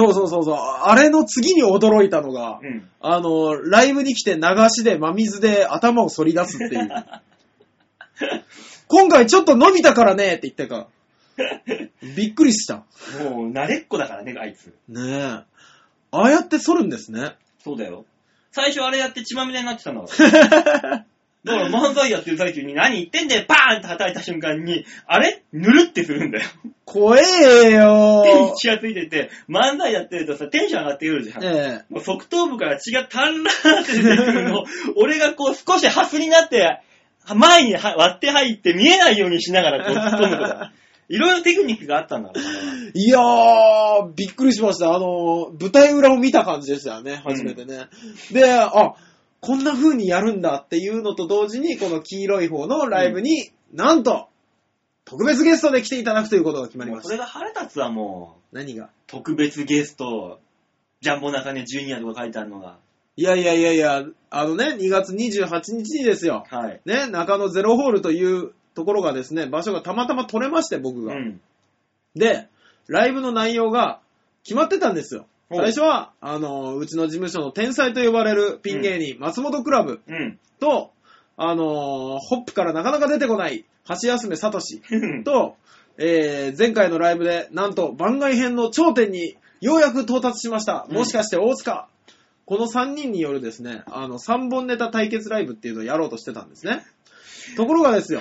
あれの次に驚いたのが、ライブに来て流しで真水で頭を反り出すっていう。今回ちょっと伸びたからねって言ってから。びっくりした。
もう慣れっこだからね、あいつ。
ねえ。ああやって反るんですね。
そうだよ。最初あれやって血まみれになってたんだから。だから漫才やってる最中に何言ってんだよ、バーンって叩いた瞬間に、あれぬるってするんだよ。
怖えよー。
手に血がついてて、漫才やってるとさ、テンション上がってくるじゃん。もう側頭部から血がタンラーって出てくるのを、俺がこう少しハスになって、前に割って入って見えないようにしながらこう突っ込むとか。いろいろテクニックがあったんだろうね。
いやー、びっくりしました。舞台裏を見た感じでしたよね、初めてね。で、こんな風にやるんだっていうのと同時に、この黄色い方のライブに、なんと、特別ゲストで来ていただくということが決まりました。
それが腹立つわ、もう。
何が？
特別ゲスト、ジャンボ中根ジュニアとか書いてあるのが。
いや、2月28日にですよ。ね、中野ゼロホールというところがですね、場所がたまたま取れまして、僕が。で、ライブの内容が決まってたんですよ。最初は、うちの事務所の天才と呼ばれるピン芸人、松本クラブと、ホップからなかなか出てこない、橋休めさとしと、前回のライブで、なんと番外編の頂点にようやく到達しました。もしかして大塚。この3人によるですね、3本ネタ対決ライブっていうのをやろうとしてたんですね。ところがですよ。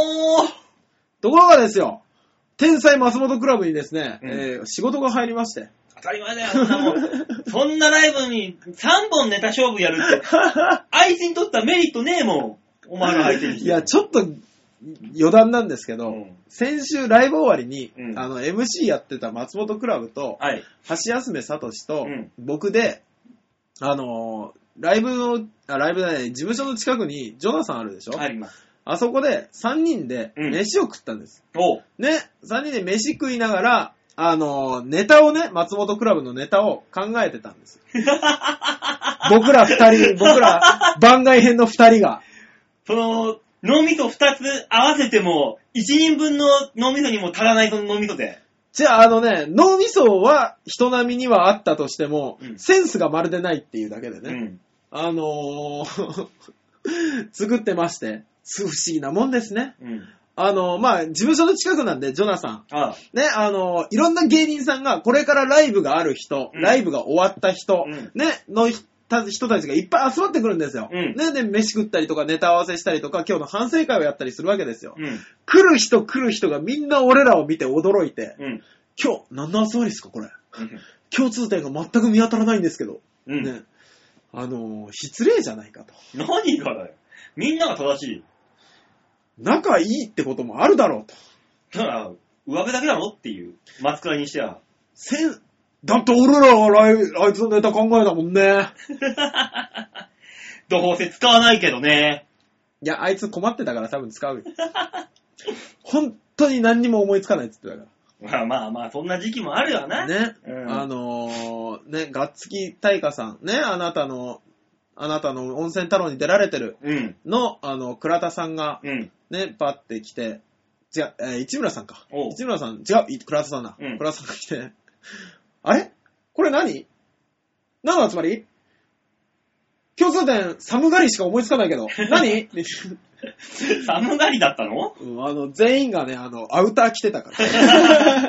天才松本クラブにですね、仕事が入りまして。
当たり前だよ、そんなライブに3本ネタ勝負やるって、あいつにとってはメリットねえもん。お前の相手に。
いや、ちょっと余談なんですけど、先週ライブ終わりに、MC やってた松本クラブと、橋休めさとしと、僕で、ライブじゃない、事務所の近くにジョナサンあるでしょ？
あります。
あそこで3人で飯を食ったんです。ね、3人で飯食いながら、ネタをね、松本クラブのネタを考えてたんです。僕ら番外編の2人が。
その、脳みそ2つ合わせても、1人分の脳みそにも足らないその脳みそで。
じゃあ、脳みそは人並みにはあったとしても、センスがまるでないっていうだけでね。作ってまして、不思議なもんですね。事務所の近くなんで、ジョナさん。ね、いろんな芸人さんが、これからライブがある人、ライブが終わった人、ね、の人たちがいっぱい集まってくるんですよ。ね、で、飯食ったりとか、ネタ合わせしたりとか、今日の反省会をやったりするわけですよ。来る人がみんな俺らを見て驚いて、今日、何の集まりですか、これ。共通点が全く見当たらないんですけど。ね、失礼じゃないかと。
何がだよ。みんなが正しい。
仲いいってこともあるだろうと。
だから、上辺だけだろっていう。松倉にしては。
だって俺らがあいつのネタ考えたもんね。
どうせ使わないけどね。
いや、あいつ困ってたから多分使うよ。本当に何にも思いつかないって言ってたから。
まあ、そんな時期もあるよな。
ね。ね、ガッツキ大花さん。ね、あなたの温泉太郎に出られてるの、倉田さんが、ね、パッて来て、違う、市村さんか。市村さん、違う、倉田さんだ。倉田さんが来て、あれこれ何の集まり共通点、寒がりしか思いつかないけど、何
寒がりだったの？
全員がね、アウター着てたから。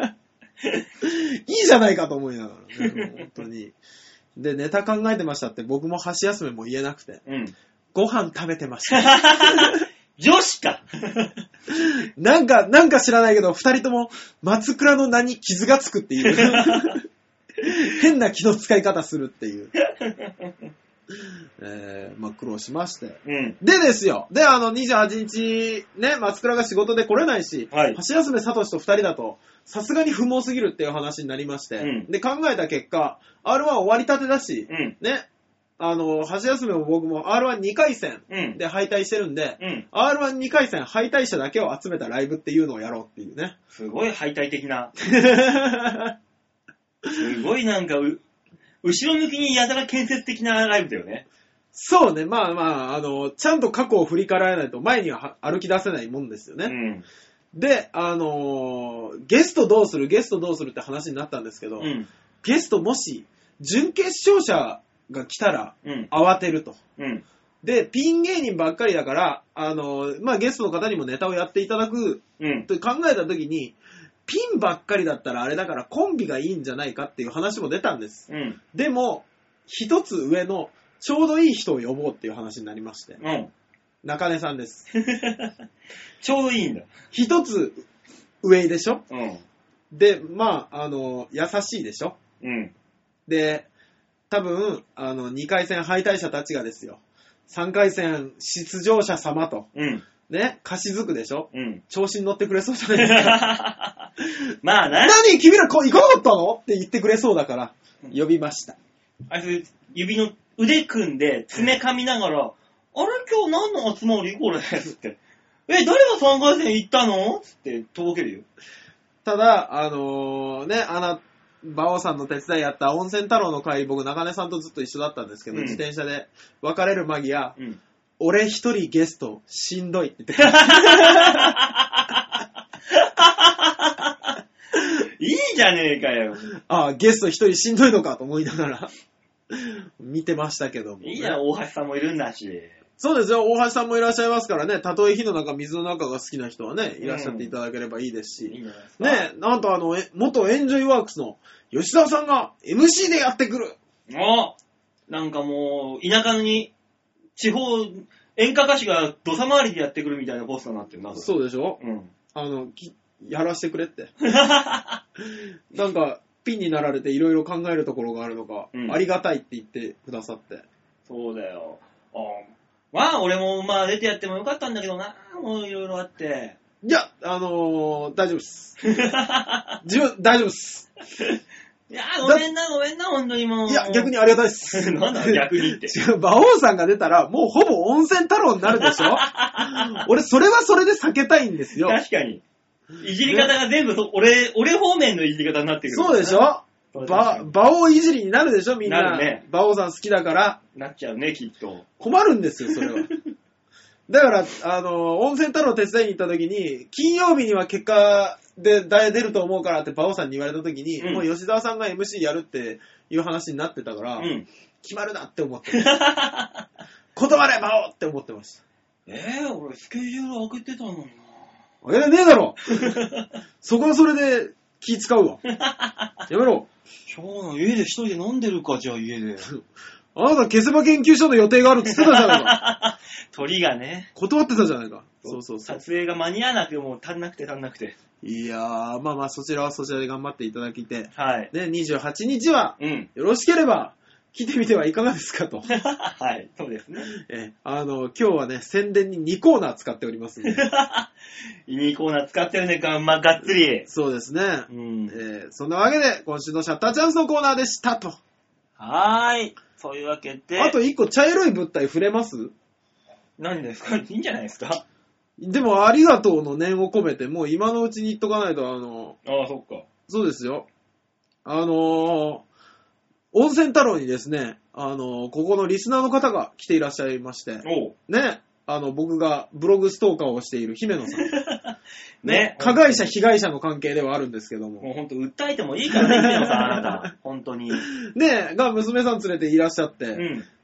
いいじゃないかと思いながらね、本当に。で、ネタ考えてましたって僕も箸休めも言えなくて。ご飯食べてました。
女子か
なんか知らないけど、二人とも松倉の名に傷がつくっていう。変な気の使い方するっていう。まあ苦労しまして。でですよ。で、28日、ね、松倉が仕事で来れないし、箸休めさとしと二人だと、さすがに不毛すぎるっていう話になりまして、で、考えた結果、R1 終わりたてだし、ね、箸休めも僕も R12 回戦で敗退してるんで、R12 回戦敗退者だけを集めたライブっていうのをやろうっていうね。
すごい敗退的な。すごいなんか、後ろ向きにやたら建設的なライブだよね。
そうね、まあ、ちゃんと過去を振り返らないと前には歩き出せないもんですよね。で、ゲストどうするって話になったんですけど、ゲストもし、準決勝者が来たら、慌てると。で、ピン芸人ばっかりだから、まあ、ゲストの方にもネタをやっていただく、と考えたときに、ピンばっかりだったらあれだからコンビがいいんじゃないかっていう話も出たんです。でも、一つ上のちょうどいい人を呼ぼうっていう話になりまして。中根さんです。
ちょうどいいんだ。
一つ上でしょ、で、まあ、優しいでしょ、で、多分、2回戦敗退者たちがですよ、3回戦出場者様と、ね、貸し付くでしょ、調子に乗ってくれそうじゃないですか。
まあな。
何君ら行かなかったのって言ってくれそうだから、呼びました。
あいつ、指の腕組んで、爪噛みながら、あれ今日何の集まりこれつって。誰が3回戦行ったのつって届けるよ。
ただ、馬王さんの手伝いやった温泉太郎の帰り、僕、中根さんとずっと一緒だったんですけど、自転車で別れる間際、俺一人ゲストしんどいって言ってた。
いいじゃねえかよ。
ああ、ゲスト一人しんどいのかと思いながら見てましたけども、ね。
いいじゃん、大橋さんもいるんだし。
そうですよ、大橋さんもいらっしゃいますからね、たとえ火の中、水の中が好きな人はね、いらっしゃっていただければいいですし。いいんじゃないですか。ね、なんと元エンジョイワークスの吉沢さんが MC でやってくる。
なんかもう、田舎に、地方、演歌歌手が土佐回りでやってくるみたいなポスターになってるな。
そうでしょ、やらしてくれって。なんか、ピンになられていろいろ考えるところがあるのか、ありがたいって言ってくださって。
そうだよ。まあ、俺もまあ出てやってもよかったんだけどな、もういろいろあって。
いや、大丈夫っす。大丈夫っす。
いや、ごめんな、本当にもう。
いや、逆にありがたいっす。
なんだ、逆にって。
違う、馬王さんが出たら、もうほぼ温泉太郎になるでしょ俺、それはそれで避けたいんですよ。
確かに。いじり方が全部、俺方面のいじり方になってくる。
そうでしょ馬王いじりになるでしょみんな。なるね。馬王さん好きだから。
なっちゃうね、きっと。
困るんですよ、それは。だから、温泉太郎手伝いに行った時に、金曜日には結果で出ると思うからって馬王さんに言われた時に、もう吉沢さんが MC やるっていう話になってたから、決まるなって思ってました。断れ馬王って思ってました。
俺スケジュール開けてたのにな。
開けてねえだろそこはそれで気使うわ。やめろ。
今日の家で一人で飲んでるか、じゃあ家で。
あなた、消せば研究所の予定があるって言ってたじゃないか。
鳥がね。
断ってたじゃないか。そう。
撮影が間に合わなくて、もう足んなくて。
いやー、まあ、そちらはそちらで頑張っていただきて。
はい。
で、28日は、よろしければ、来てみてはいかがですかと。
はい、そうですね。
今日はね、宣伝に2コーナー使っておりますんで。
2コーナー使ってるね、まあ、がっつり。
そうですね。そんなわけで、今週のシャッターチャンスのコーナーでしたと。
はーい。そういうわけで。
あと1個茶色い物体触れます？
何ですか？いいんじゃないですか？
でも、ありがとうの念を込めて、もう今のうちに言っとかないと、
そっか。
そうですよ。温泉太郎にですね、ここのリスナーの方が来ていらっしゃいまして、ね、僕がブログストーカーをしている姫野さん。ね、加害者、被害者の関係ではあるんですけども。
もうほんと、訴えてもいいからね、姫野さん、あなた。ほんとに。
ね、が娘さん連れていらっしゃって、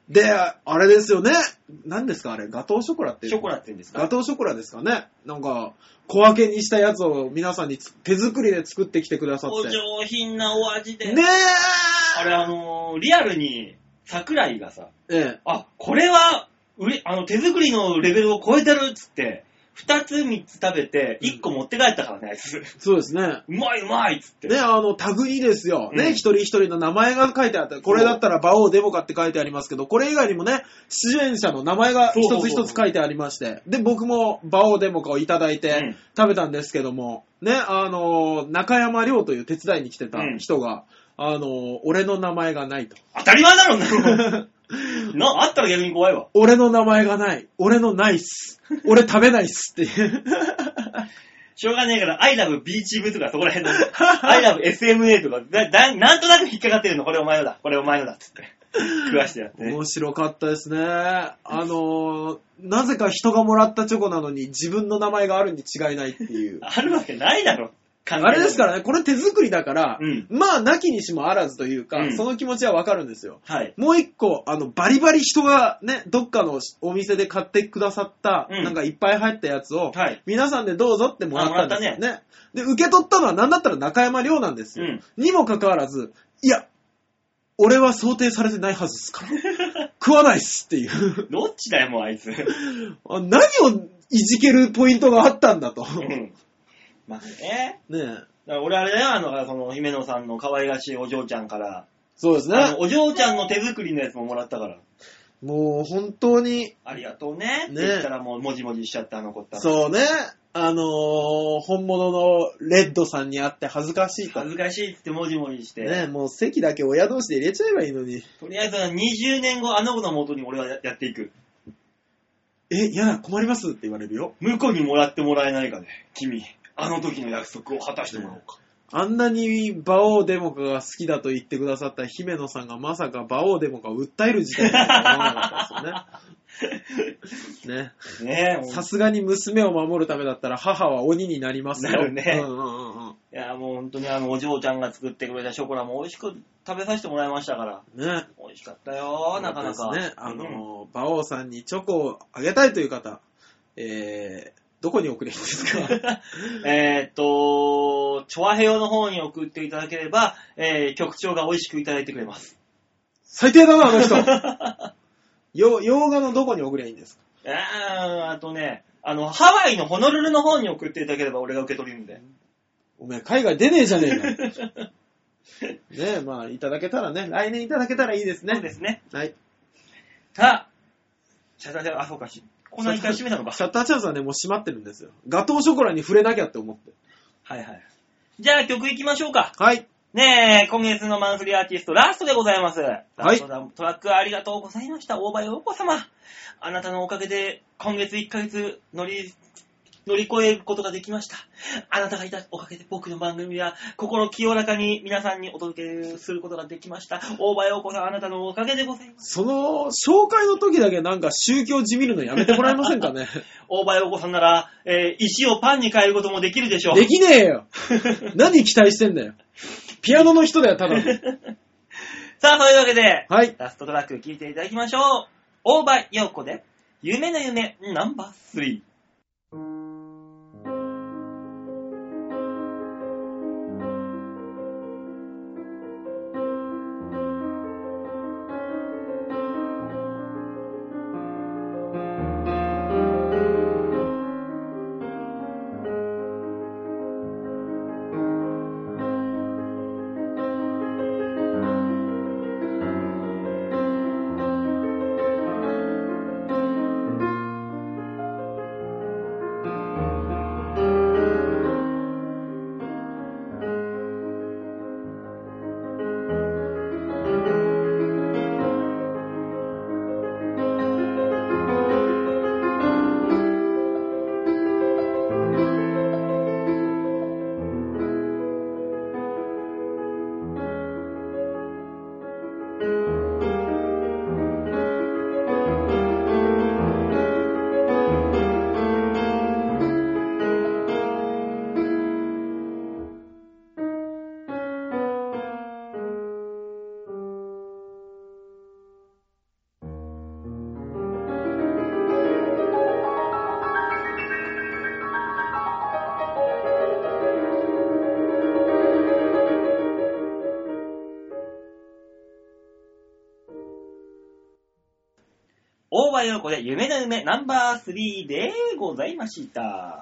で、あれですよね。何ですかあれ、ガトーショコラって。
ショコラって言うんですか？
ガトーショコラですかね。なんか、小分けにしたやつを皆さんに手作りで作ってきてくださって。
お上品なお味で。
ねえ。
あれリアルに、桜井がさ、あ、これは、手作りのレベルを超えてるっつって、2つ3つ食べて、1個持って帰ったからね、あいつ。
そうですね。
うまいうまいっつって。
ね、タグにですよ。ね、一人一人の名前が書いてあって、これだったら馬王デモカって書いてありますけど、これ以外にもね、出演者の名前が一つ一つ書いてありまして、で、僕も馬王デモカをいただいて食べたんですけども、ね、中山亮という手伝いに来てた人が、俺の名前がないと。
当たり前だろ、あったら逆に怖いわ。
俺の名前がない。俺のないっす。俺食べないっすっていう。
しょうがねえから、I love ビーチ部とかそこら辺の、I love SMA とか、なんとなく引っかかってるの、これお前のだ、これお前のだっつって。食わしてやって、ね。面
白かったですね。なぜか人がもらったチョコなのに自分の名前があるに違いないっていう。
あるわけないだろ。
あれですからね、これ手作りだから、まあ、なきにしもあらずというか、その気持ちはわかるんですよ。
はい。
もう一個、バリバリ人がね、どっかのお店で買ってくださった、なんかいっぱい入ったやつを、皆さんでどうぞってもらったんですよね。で、受け取ったのはなんだったら中山亮なんですよ。にもかかわらず、いや、俺は想定されてないはずですから。食わないっすっていう。
どっちだよ、もうあいつ。
何をいじけるポイントがあったんだと。
まあね。
ねえ。
だから俺あれだよ、その姫野さんの可愛らしいお嬢ちゃんから。
そうですね。
お嬢ちゃんの手作りのやつももらったから。
もう本当に。
ありがとうね。って言ったらもうもじもじしちゃった子った。
そうね。本物のレッドさんに会って恥ずかしいと。
恥ずかしいってもじもじして。
ね、もう席だけ親同士で入れちゃえばいいのに。
とりあえず20年後あの子の元に俺はやっていく。
やだ、困りますって言われるよ。
向こうにもらってもらえないかね、君。あの時の約束を果たしてもらおうか。
あんなに馬王デモカが好きだと言ってくださった姫野さんがまさか馬王デモカを訴える事態だと思わなかったですよね。ねえ。さすがに娘を守るためだったら母は鬼になりますよ。
なるね。いや、もう本当にお嬢ちゃんが作ってくれたショコラも美味しく食べさせてもらいましたから。ね。美味しかったよ、なかなか。
ね。馬王さんにチョコをあげたいという方、どこに送ればいいんですか？
チョアヘヨの方に送っていただければ、局長が美味しくいただいてくれます。
最低だな、あの人。洋画のどこに送ればいいんですか？
あとね、ハワイのホノルルの方に送っていただければ俺が受け取るんで。
おめえ、海外出ねえじゃねえか。ねえ、まあ、いただけたらね、来年いただけたらいいですね。
そうですね。
はい。
シャッターチャンス、そうかし。こんな一回閉めたのか。
シャッターチャンスはね、もう閉まってるんですよ。ガトーショコラに触れなきゃって思って。
はいはい。じゃあ曲行きましょうか。
はい。
ねえ、今月のマンスリーアーティストラストでございます。
はい。
トラックありがとうございました。大場陽子様。あなたのおかげで今月1ヶ月乗り越えることができました。あなたがいたおかげで僕の番組は心清らかに皆さんにお届けすることができました。大場陽子さん、あなたのおかげでございます。
その紹介の時だけなんか宗教じみるのやめてもらえませんかね。
大場陽子さんなら、石をパンに変えることもできるでしょう。
できねえよ。何期待してんだよ。ピアノの人だよ、ただの。
さあ、そういうわけで、
はい。
ラストトラック聴いていただきましょう。大場陽子で、夢の夢ナンバー3。 大場陽子で夢の夢ナンバー3でございました。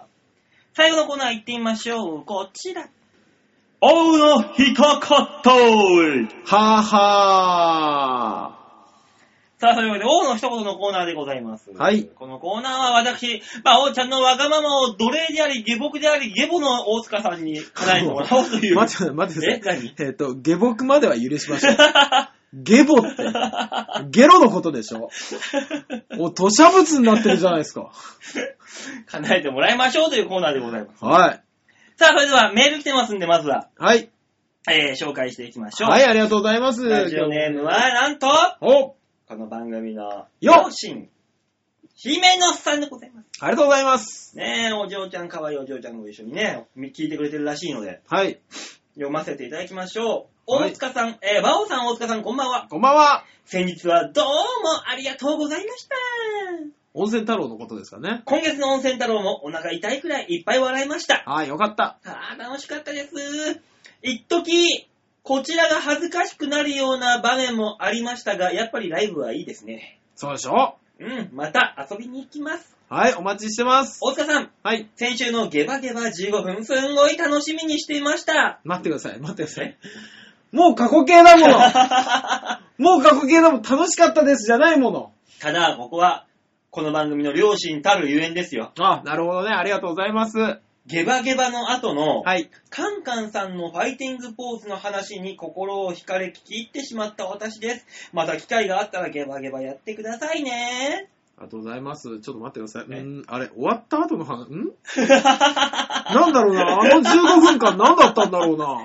最後のコーナー行ってみましょう。こちら。王の一言は
ぁは
さあ、というわけで、王の一言のコーナーでございます。
はい。
このコーナーは私、王ちゃんのわがままを奴隷であり、下僕であり、下母の大塚さんに叶えてもらおうという。
待ってください。
何？
下僕までは許しましょう。下母って、ゲロのことでしょ。吐砂物になってるじゃないですか。
叶えてもらいましょうというコーナーでございます。
はい。
さあ、それではメール来てますんで、まずは。
はい。
紹介していきましょう。
はい、ありがとうございます。
ラジオネームは、なんと、
お
この番組の両親、姫野さんでございます。
ありがとうございます。
ねえ、お嬢ちゃん、可愛いお嬢ちゃんも一緒にね、聞いてくれてるらしいので、
はい。
読ませていただきましょう。大塚さん、馬王さん、大塚さん、こんばんは。
こんばんは。
先日はどうもありがとうございました。
温泉太郎のことですかね。
今月の温泉太郎もお腹痛いくらいいっぱい笑いました。
はい、よかった。
楽しかったです。一時こちらが恥ずかしくなるような場面もありましたが、やっぱりライブはいいですね。
そうでしょ？
また遊びに行きます。
はい、お待ちしてます。
大塚さん。はい。先週のゲバゲバ15分、すんごい楽しみにしていました。
待ってください。もう過去形だもの。もう過去形だもん。楽しかったですじゃないもの。
ただ、ここは、この番組の両親たるゆえんですよ。
あ、なるほどね。ありがとうございます。
ゲバゲバの後の、
はい。
カンカンさんのファイティングポーズの話に心を惹かれ聞き入ってしまった私です。また機会があったらゲバゲバやってくださいね。
ありがとうございます。ちょっと待ってください。あれ、終わった後の話、なんだろうな。あの15分間何だったんだろうな。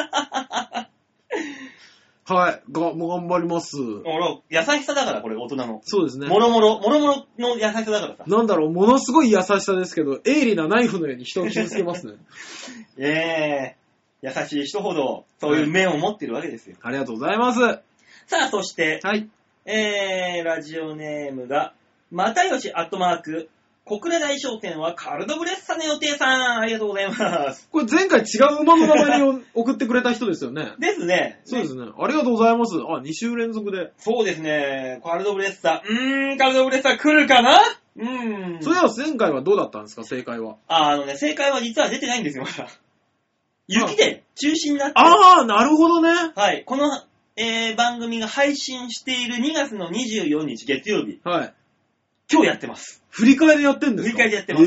はい。もう頑張ります。
優しさだから、これ、大人の。
そうですね。
もろもろの優しさだからさ。
なんだろう、ものすごい優しさですけど、鋭利なナイフのように人を傷つけますね。
優しい人ほど、そういう面を持ってるわけですよ。
ありがとうございます。
さあ、そして、
はい。
ラジオネームが、またよしアットマーク、小倉大商店はカルドブレッサの予定さん。ありがとうございます。
これ前回違う馬の名前に送ってくれた人ですよね。
ですね。
そうですね。ありがとうございます。あ、2週連続で。
そうですね。カルドブレッサ。カルドブレッサ来るかな？
それは前回はどうだったんですか、正解は。
正解は実は出てないんですよ、まだ。雪で中止になって。
なるほどね。
はい。この、番組が配信している2月の24日月曜日。
はい。
今日やってます。
振り返りやってんですか？
振り返りやってます。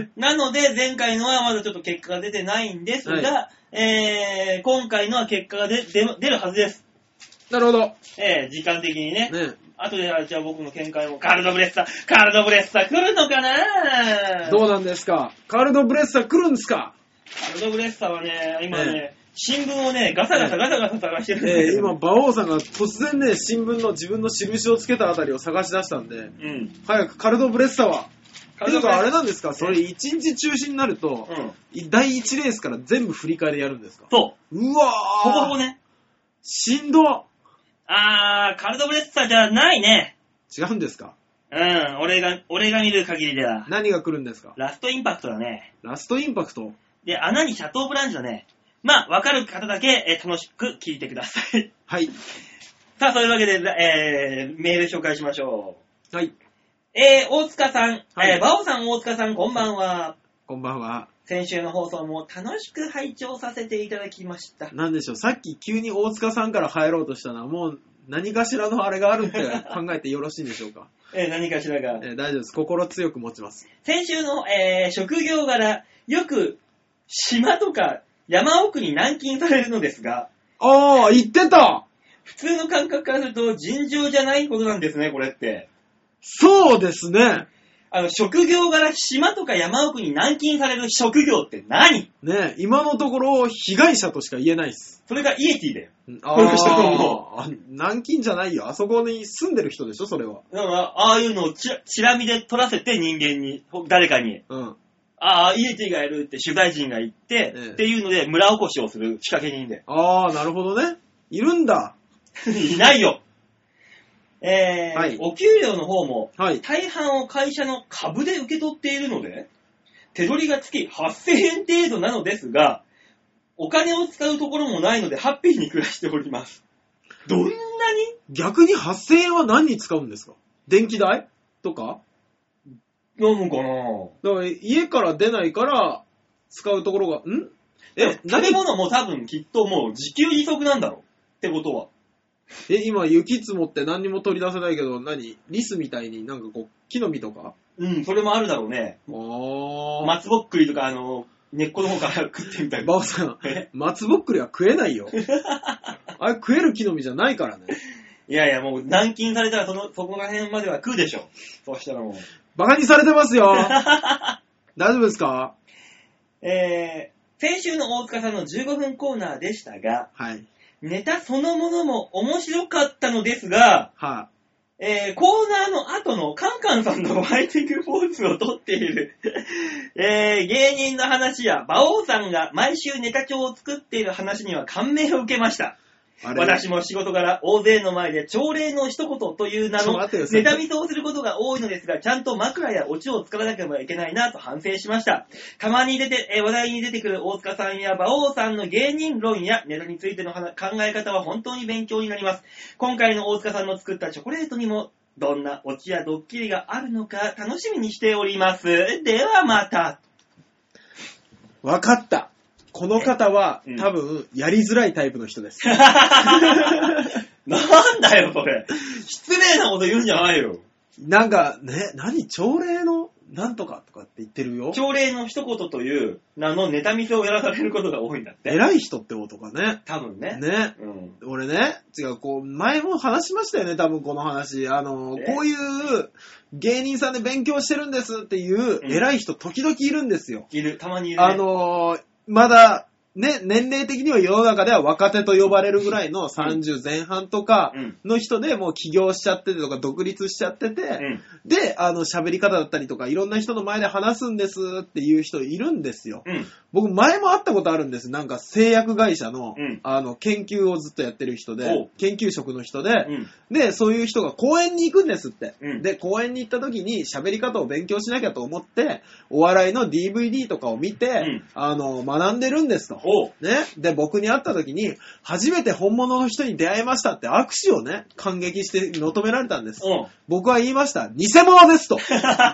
なので、前回のはまだちょっと結果が出てないんですが、今回のは結果が出るはずです。
なるほど。
時間的にね。後で、じゃあ僕の見解も、カルドブレッサ来るのかな？
どうなんですか？カルドブレッサ来るんですか？
カルドブレッサはね、今ね、新聞をね、ガサガサ探してるんで、
今、馬王さんが突然ね、新聞の自分の印をつけたあたりを探し出したんで、早くカルドブレッサは。というかあれなんですか、それ1日中止になると、第1レースから全部振り返りやるんですか？
そう。
うわー。
ほぼほぼね。
しんど。
カルドブレッサじゃないね。
違うんですか？
俺が見る限りでは。
何が来るんですか？
ラストインパクトだね。
ラストインパクト？
で、穴にシャトーブランジュだね。まあ、わかる方だけ、楽しく聞いてください。
はい。
さあ、そういうわけで、メール紹介しましょ
う。はい。
大塚さん、バオさん、大塚さん、こんばんは。
こんばんは。
先週の放送も楽しく拝聴させていただきました。
なんでしょう、さっき急に大塚さんから入ろうとしたのは、もう何かしらのあれがあるって考えてよろしいんでしょうか？
何かしらが。
大丈夫です。心強く持ちます。
先週の、職業柄、よく島とか山奥に軟禁されるのですが。
言ってた！
普通の感覚からすると尋常じゃないことなんですね、これって。
そうですね。
職業柄島とか山奥に軟禁される職業って何？
ねえ、今のところ被害者としか言えないっす。
それがイエティだよ。この人も。
軟禁じゃないよ。あそこに住んでる人でしょ、それは。
だから、ああいうのをチラ見で撮らせて人間に、誰かに。イエティがいるって取材陣が言って、っていうので村おこしをする仕掛け人で。
なるほどね。いるんだ。
いないよ。お給料の方も、大半を会社の株で受け取っているので、手取りが月8000円程度なのですが、お金を使うところもないのでハッピーに暮らしております。どんなに？
逆に8000円は何に使うんですか？ 電気代とか
飲むかな。
だから家から出ないから使うところが、
食べ物も多分きっともう自給自足なんだろう。ってことは。
今雪積もって何にも取り出せないけど、リスみたいになんかこう、木の実とか
それもあるだろうね。松ぼっくりとか根っこの方から食ってみたいな。
バオさん、松ぼっくりは食えないよ。あれ食える木の実じゃないからね。
いやいや、もう軟禁されたらそこら辺までは食うでしょ。そうしたらもう。
バカにされてますよ。大丈夫ですか？
先週の大塚さんの15分コーナーでしたが、
はい。
ネタそのものも面白かったのですが、
はい、
コーナーの後のカンカンさんのファイティングポーズを取っている、芸人の話や馬王さんが毎週ネタ帳を作っている話には感銘を受けました。私も仕事柄大勢の前で朝礼の一言という名のネタ見せをすることが多いのですが、ちゃんと枕やオチを作らなければいけないなと反省しました。たまに話題に出てくる大塚さんや馬王さんの芸人論やネタについての考え方は本当に勉強になります。今回の大塚さんの作ったチョコレートにもどんなオチやドッキリがあるのか楽しみにしております。ではまた。
わかった。この方は、多分、やりづらいタイプの人です。
なんだよ、それ。失礼なこと言うんじゃないよ。
なんか、ね、朝礼のなんとかとかって言ってるよ。
朝礼の一言という名のネタ見せをやらされることが多いんだって。
偉い人ってことかね。
多分ね。
ね。俺ね、前も話しましたよね、多分この話。こういう芸人さんで勉強してるんですっていう偉い人時々いるんですよ。
たまにいる、ね。
まだ、ね、年齢的には世の中では若手と呼ばれるぐらいの30前半とかの人でもう起業しちゃっててとか独立しちゃってて、で、喋り方だったりとかいろんな人の前で話すんですっていう人いるんですよ。僕前も会ったことあるんです。なんか製薬会社の、研究をずっとやってる人で、研究職の人で、で、そういう人が講演に行くんですって。で、講演に行った時に喋り方を勉強しなきゃと思って、お笑いの DVD とかを見て、学んでるんですと。ね。で、僕に会った時に、初めて本物の人に出会いましたって握手をね、感激して求められたんです。僕は言いました。偽物ですと。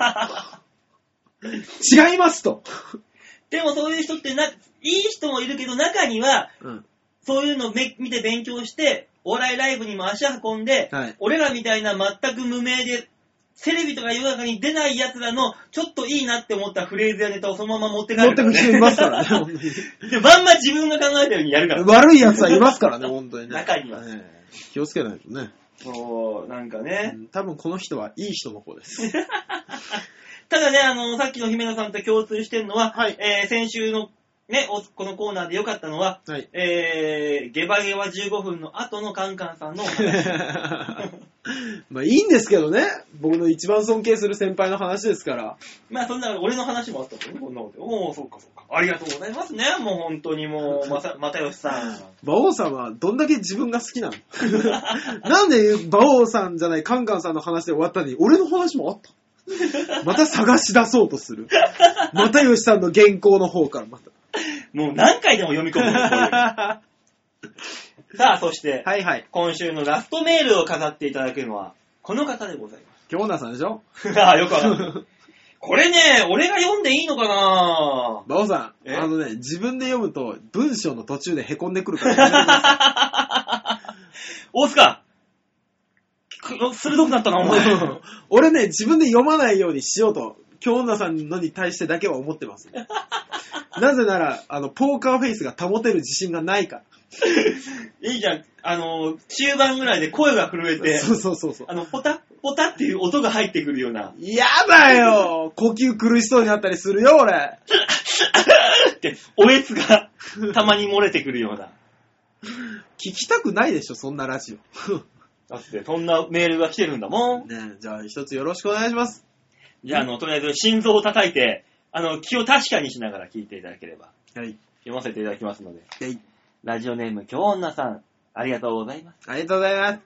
違いますと。
でもそういう人っていい人もいるけど、中には、そういうのを見て勉強して、お笑いライブにも足運んで、俺らみたいな全く無名で、テレビとか世の中に出ない奴らのちょっといいなって思ったフレーズやネタをそのまま持って帰る、ね。持ってく人いますからね。で、まんま自分が考えたようにやるから、ね。
悪い奴はいますからね、本当にね。
中には。
気をつけないとね。
そう、なんかね。
多分この人はいい人の方です。
ただね、さっきの姫野さんと共通してるのは、先週のね、このコーナーで良かったのは、ゲバゲバ15分の後のカンカンさんのお話。
まあいいんですけどね。僕の一番尊敬する先輩の話ですから。
まあそんな俺の話もあったとね、こんなこと。おー、そうかそうか。ありがとうございますね。もう本当にもう、又吉さん。
馬王さんはどんだけ自分が好きなのなんで馬王さんじゃないカンカンさんの話で終わったのに、俺の話もあったまた探し出そうとする。又吉さんの原稿の方からまた。
もう何回でも読み込むの。さあ、そして、今週のラストメールを飾っていただけるのは、この方でございます。
京女さんでしょ
ああ、よくわかる。これね、俺が読んでいいのかな。
馬王さん、自分で読むと文章の途中で凹んでくるから
大塚鋭くなったな、お前。
俺ね、自分で読まないようにしようと、京女さんのに対してだけは思ってます。なぜなら、ポーカーフェイスが保てる自信がないから。
いいじゃん。中盤ぐらいで声が震えて。
そう。
ポタッポタっていう音が入ってくるような。
やだよ呼吸苦しそうになったりするよ、俺。
って、おえつがたまに漏れてくるような。
聞きたくないでしょ、そんなラジオ。
だって、そんなメールが来てるんだもん。
ねえ、じゃあ一つよろしくお願いします。
じゃあ、とりあえず心臓を叩いて、気を確かにしながら聞いていただければ。
はい。
読ませていただきますので。
はい。
ラジオネーム、京女さん、ありがとうございます。
ありがとうございます。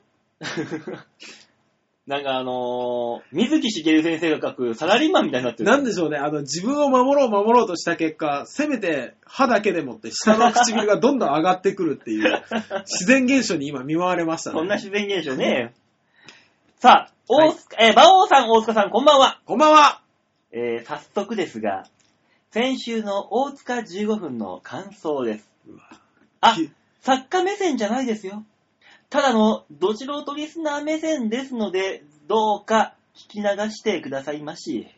なんか水木しげる先生が書くサラリーマンみたいになってる。
なんでしょうね、自分を守ろうとした結果、せめて歯だけでもって下の唇がどんどん上がってくるっていう自然現象に今見舞われましたね。
そんな自然現象ね。 さあ、馬王さん、大塚さん、こんばんは。
こんばんは。
早速ですが、先週の大塚15分の感想です。作家目線じゃないですよ。ただのど素人リスナー目線ですので、どうか聞き流してくださいまし。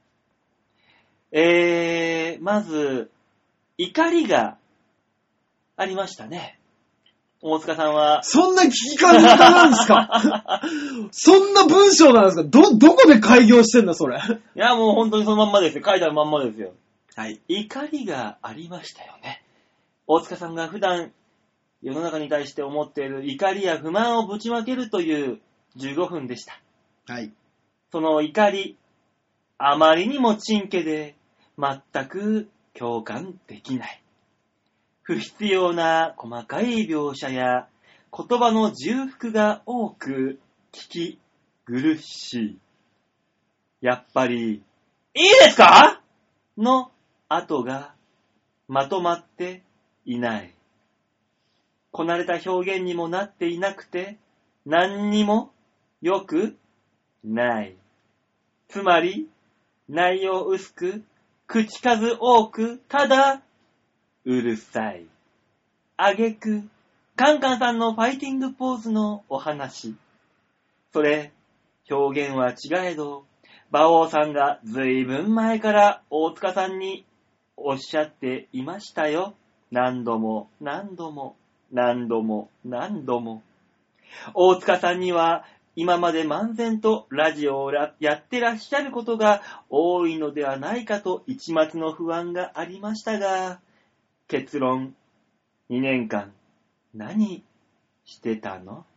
まず、怒りがありましたね。大塚さんは。
そんな聞き方なんですかそんな文章なんですか？どこで開業してんだ、それ。
いや、もう本当にそのまんまですよ。書いてあるまんまですよ。
はい。
怒りがありましたよね。大塚さんが普段世の中に対して思っている怒りや不満をぶちまけるという15分でした。
はい。
その怒り、あまりにもちんけで全く共感できない。不必要な細かい描写や言葉の重複が多く聞き苦しい。やっぱり、いいですか？の後がまとまっていない。こなれた表現にもなっていなくて、何にも良くない。つまり、内容薄く、口数多く、ただ、うるさい。あげく、カンカンさんのファイティングポーズのお話。それ、表現は違えど、馬王さんがずいぶん前から大塚さんにおっしゃっていましたよ。何度も何度も何度も何度も。大塚さんには今まで漫然とラジオをやってらっしゃることが多いのではないかと一抹の不安がありましたが、結論、2年間何してたの？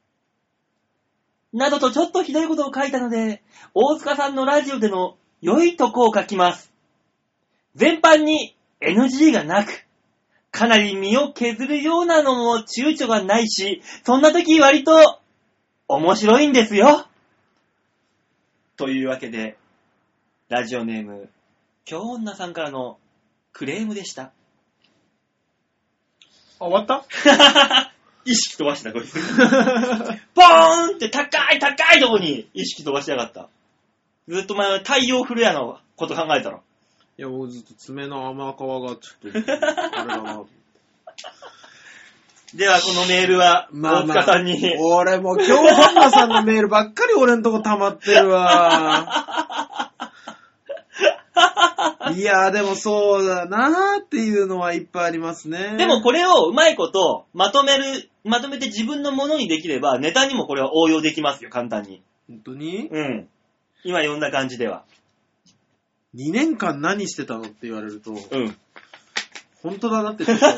などとちょっとひどいことを書いたので、大塚さんのラジオでの良いとこを書きます。全般に NG がなく、かなり身を削るようなのも躊躇がないし、そんな時割と面白いんですよ。というわけで、ラジオネーム、京女さんからのクレームでした。
終わった？
意識飛ばしたこいつ。ポーンって高いとこに意識飛ばしやがった。ずっと前は太陽フレアのこと考えたろ。
いや、僕ずっと爪の甘皮がちょっと、あれだな。
では、このメールは、大塚さんに。
俺も今日ハンナさんのメールばっかり俺んとこ溜まってるわ。いや、でもそうだなーっていうのはいっぱいありますね。
でもこれをうまいことまとめて自分のものにできれば、ネタにもこれは応用できますよ、簡単に。
本当に？
うん。今読んだ感じでは。
2年間何してたのって言われると、
うん。
本当だなってちょっと思う、ね。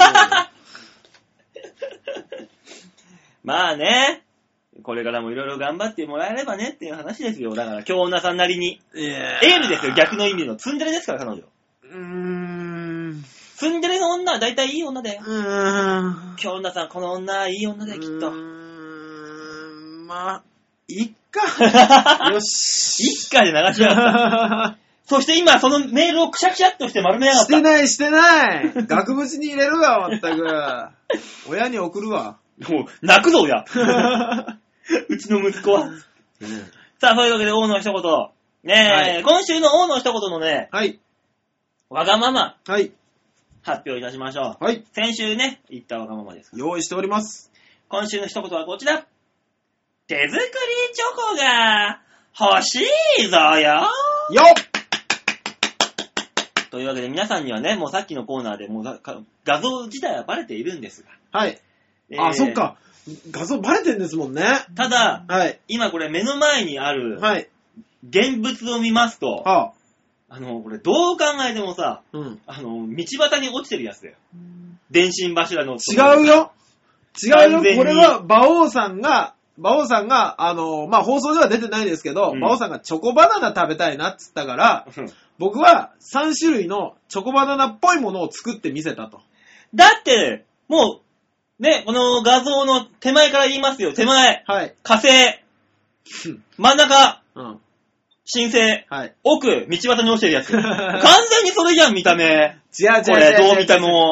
まあね、これからもいろいろ頑張ってもらえればねっていう話ですよ。だから、京女さんなりに。エールですよ、逆の意味の。ツンデレですから、彼女。ツンデレの女は大体いい女だよ。京女さん、この女はいい女だよ、きっと。
まあ、いっか。よし。
いっかで流しやがった。そして今、そのメールをくしゃくしゃっとして丸めやがった。
してない。額縁に入れるわ、まったく。親に送るわ。
もう、泣くぞ、親。うちの息子は。さあ、そういうわけで、王の一言。ねえ、はい、今週の王の一言のね、
はい。
わがまま。
はい。
発表いたしましょう。
はい。
先週ね、言ったわがままです。
用意しております。
今週の一言はこちら。手作りチョコが欲しいぞよ。よっというわけで皆さんにはね、もうさっきのコーナーでもう画像自体はバレているんですが。
はい。あ、そっか。画像バレてんですもんね。た
だ、はい、今これ目の前にある、
はい、
現物を見ますと、
は
あ、これどう考えてもさ、
うん、
道端に落ちてるやつだよ。電信柱の。
違うよ。これは馬王さんが、まあ、放送では出てないですけど、馬王さんがチョコバナナ食べたいなっつったから、僕は3種類のチョコバナナっぽいものを作ってみせたと。
だって、もう、ね、この画像の手前から言いますよ。手前。
はい。
火星。真ん中。
うん。
新星。
はい。
奥、道端に落ちてるやつ。完全にそれじゃん、見た目。
違う。
これ、どう見ても。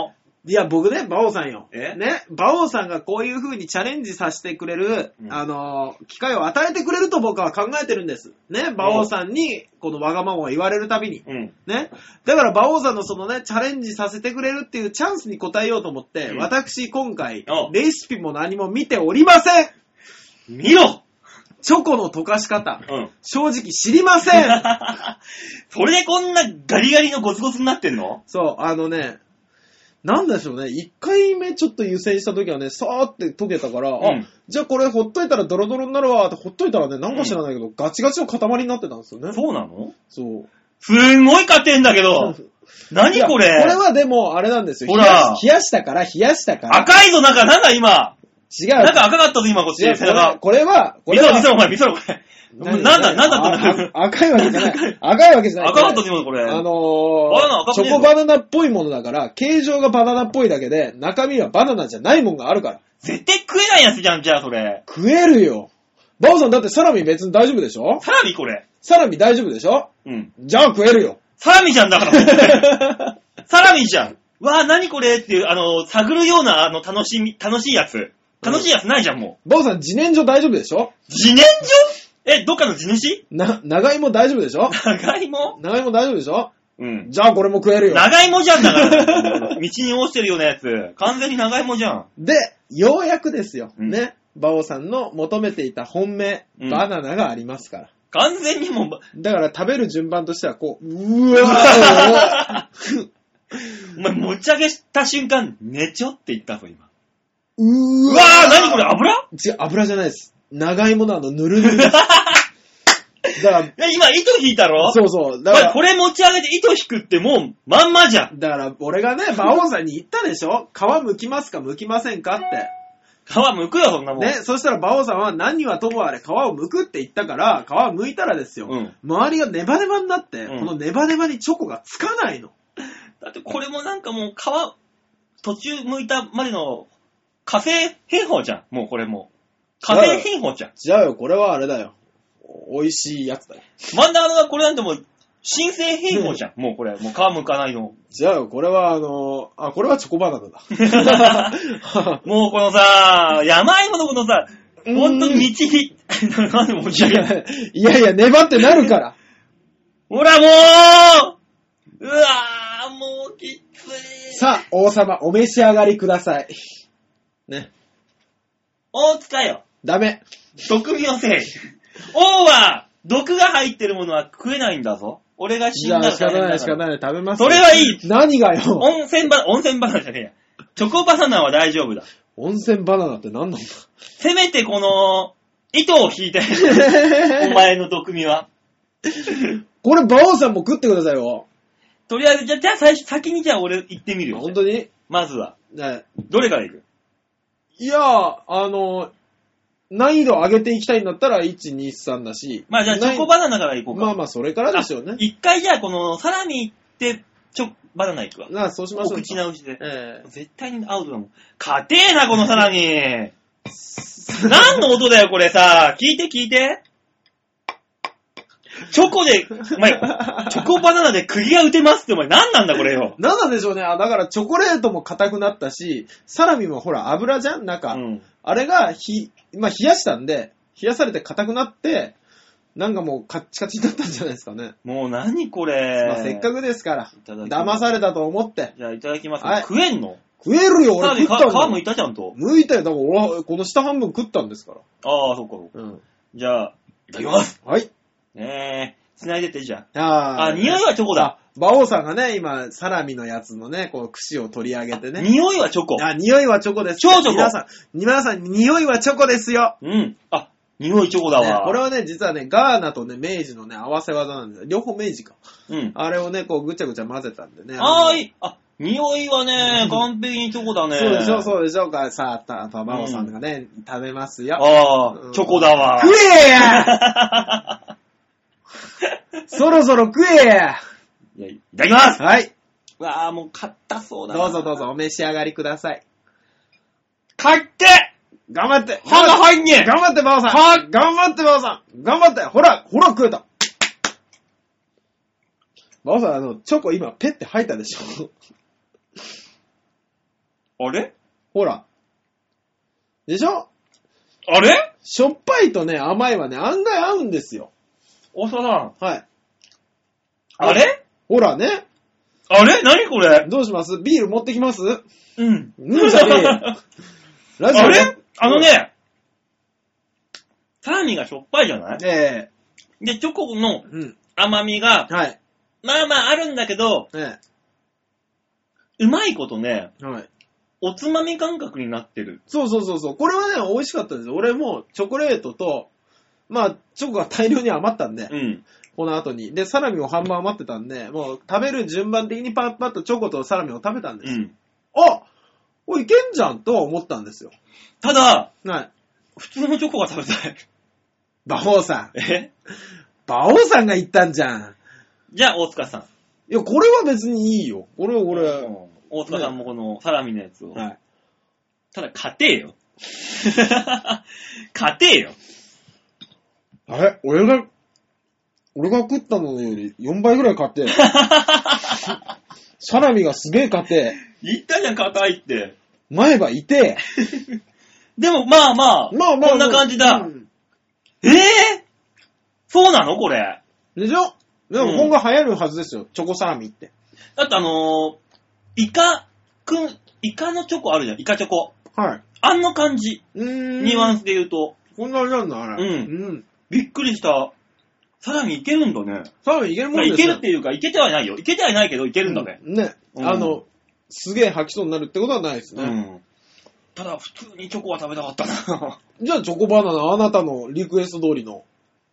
いや、僕ね、馬王さんよ。
ね、
馬王さんがこういう風にチャレンジさせてくれる、機会を与えてくれると僕は考えてるんです。ね、馬王さんに、このわがままを言われるたびに。ね。だから馬王さんのそのね、チャレンジさせてくれるっていうチャンスに応えようと思って、私今回、レシピも何も見ておりません。
見ろ！
チョコの溶かし方、正直知りません。
それでこんなガリガリのゴツゴツになってんの？
そう、なんでしょうね。1回目ちょっと湯煎した時はね、さーって溶けたから、じゃあこれほっといたらドロドロになるわってほっといたらね、なんか知らないけど、ガチガチの塊になってたんですよね。
そうなの？
そう。
すんごい硬てんだけど。何これ？
これはでも、あれなんですよ。
ほら。
冷やしたから。
赤いぞ、なんだ今。
違う。
なんか赤かったぞ、今こっち。背中。
これは、
見せろ、お前、見せろ、これ。なんだって
赤いわけじゃない。赤いわけじゃない。
赤かったぞ、今これ。
チョコバナナっぽいものだから、形状がバナナっぽいだけで、中身はバナナじゃないもんがあるから。
絶対食えないやつじゃん、じゃあ、それ。
食えるよ。バオさんだってサラミ別に大丈夫でしょ？
サラミこれ。
サラミ大丈夫でしょ？じゃあ食えるよ。
サラミじゃんだから。サラミじゃん。わぁ、何これっていう、探るような、楽しいやつ。楽しいやつないじゃん、も
う。バオさん、自然薯大丈夫でしょ？
自然薯？どっかの地主？
長芋大丈夫でしょ？
長芋
大丈夫でしょ？じゃあこれも食えるよ。
長芋じゃんだから。道に落ちてるようなやつ。完全に長芋じゃん。
で、ようやくですよ。ね。バオさんの求めていた本命、バナナがありますから。
完全にも
う。だから食べる順番としてはこう、うわ
ぁお前持ち上げた瞬間、ねちょって言ったぞ、今。
うわ
ぁ何これ油？
違う、油じゃないです。長芋のぬるぬるです。だから
今、糸引いたろ？
そうそう。だから
これ持ち上げて糸引くってもう、まんまじゃん。
だから、俺がね、馬王さんに言ったでしょ？皮剥きますか剥きませんかって。
皮剥くよ、そんなもん。
ね、そしたら馬王さんは何はともあれ皮を剥くって言ったから、皮を剥いたらですよ。周りがネバネバになって、このネバネバにチョコがつかないの。
だってこれもなんかもう途中剥いたまでの火星変法じゃん。もうこれも。火星変法じゃん。
違うよ、これはあれだよ。美味しいやつだよ。
真ん中のこれなんてもう、新生変法じゃん。もうこれ、もう皮剥かないの。
違うよ、これはこれはチョコバナナだ。
もうこのさ、山芋のこのさ、ほんとに道に、なんで持ち上げる？
いや、粘ってなるから。
ほらもうわぁ、もうきつい。
さあ、王様、お召し上がりください。ね。
大塚よ。
ダメ。
毒味のせい。王は、毒が入ってるものは食えないんだぞ。俺が死んだら
仕方ない、食べます。
それはいい。
何がよ。
温泉バナナじゃねえや。チョコバナナは大丈夫だ。
温泉バナナって何なんだ？
せめてこの、糸を引いて、お前の毒味は。
これ、馬王さんも食ってくださいよ。
とりあえず、じゃあ先に俺行ってみるよ。
本当に？
まずは。
ね、
どれから行く？
いや、難易度上げていきたいんだったら、1、2、3だし。
まあじゃあチョコバナナから行こうか。
まあそれからでしょうね。
一回じゃあこの、サラミ行って、バナナ行くわ。
そうしましょう。
お口直しで。絶対にアウトだもん。硬えな、このサラミ。何の音だよ、これさ。聞いて。チョコで、お前、チョコバナナで釘が打てますってお前何なんだこれよ。
何なんでしょうね。だからチョコレートも硬くなったし、サラミもほら油じゃん中。あれが冷やしたんで、冷やされて硬くなって、なんかもうカッチカチになったんじゃないですかね。
もう何これ。
せっかくですから。騙されたと思って。
じゃあいただきます。はい、食えんの？
食えるよ、俺食ったんだ。
皮むいたじゃんと。
剥いたよ。だから俺はこの下半分食ったんですから。
ああ、そっか。じゃあ、いただきます。
はい。
繋いでってじゃあ。匂いはチョコだ。
馬王さんがね、今、サラミのやつのね、こう、串を取り上げてね。
匂いはチョコ。
匂いはチョコです。
超チョコ。
皆さん、匂いはチョコですよ。
匂いチョコだわ。
これはね、実はね、ガーナとね、明治のね、合わせ技なんですよ。両方明治か。あれをね、こう、ぐちゃぐちゃ混ぜたんでね。
匂いはね、完璧にチョコだね。
そうでしょうか。さあ、馬王さんがね、食べますよ。
チョコだわ。
食えやそろそろ食えや
いただきます。
はい。
わあ、もう硬そうだ
な。どうぞ、お召し上がりください。
かって
頑張って
歯が入んねえ
頑張って、馬王さん頑張って、馬王さん頑張ってほら食えた馬王さん、チョコ今、ペッて吐いたでしょ
あれ
ほら。でしょ？
あれ
しょっぱいとね、甘いはね、案外合うんですよ。
大沢さん。
はい。
あれ
ほらね。
あれ何これ
どうします？ビール持ってきます？
うん。
うんじゃねえよ。ラジオ
あれサラミがしょっぱいじゃないで、チョコの甘みが、
はい。
まあまああるんだけど、うまいことね、
はい。
おつまみ感覚になってる。
そう。これはね、美味しかったですよ。俺もチョコレートと、まあ、チョコが大量に余ったんで、この後に。で、サラミも半分余ってたんで、もう食べる順番的にパッパッとチョコとサラミを食べたんですよ。いけんじゃんとは思ったんですよ。
ただ、
はい。
普通のチョコが食べたい。
馬王さん。馬王さんが言ったんじゃん。
じゃあ、大塚さん。
いや、これは別にいいよ。俺。
大塚さんもこのサラミのやつを。
はい。
ただ、勝てよ。勝てよ。
あれ俺が食ったのより4倍ぐらい買って。サラミがすげえ買って。
言ったじゃん、硬いって。
前歯痛え。
でも、まあ、こんな感じだ。そうなのこれ。
でしょ？でも今後流行るはずですよ、チョコサラミって。
だってイカのチョコあるじゃん、イカチョコ。
はい。
あんの感じ。ニュアンスで言うと。
こんなあれなんだ、あれ。
びっくりした。サラミいけるんだね。
サラミいけるもんですよ。
いけるっていうか、いけてはないよ。いけてはないけど、いけるんだね。
ね。すげえ吐きそうになるってことはないですね。
ただ、普通にチョコは食べたかったな。
じゃあ、チョコバナナ、あなたのリクエスト通りの。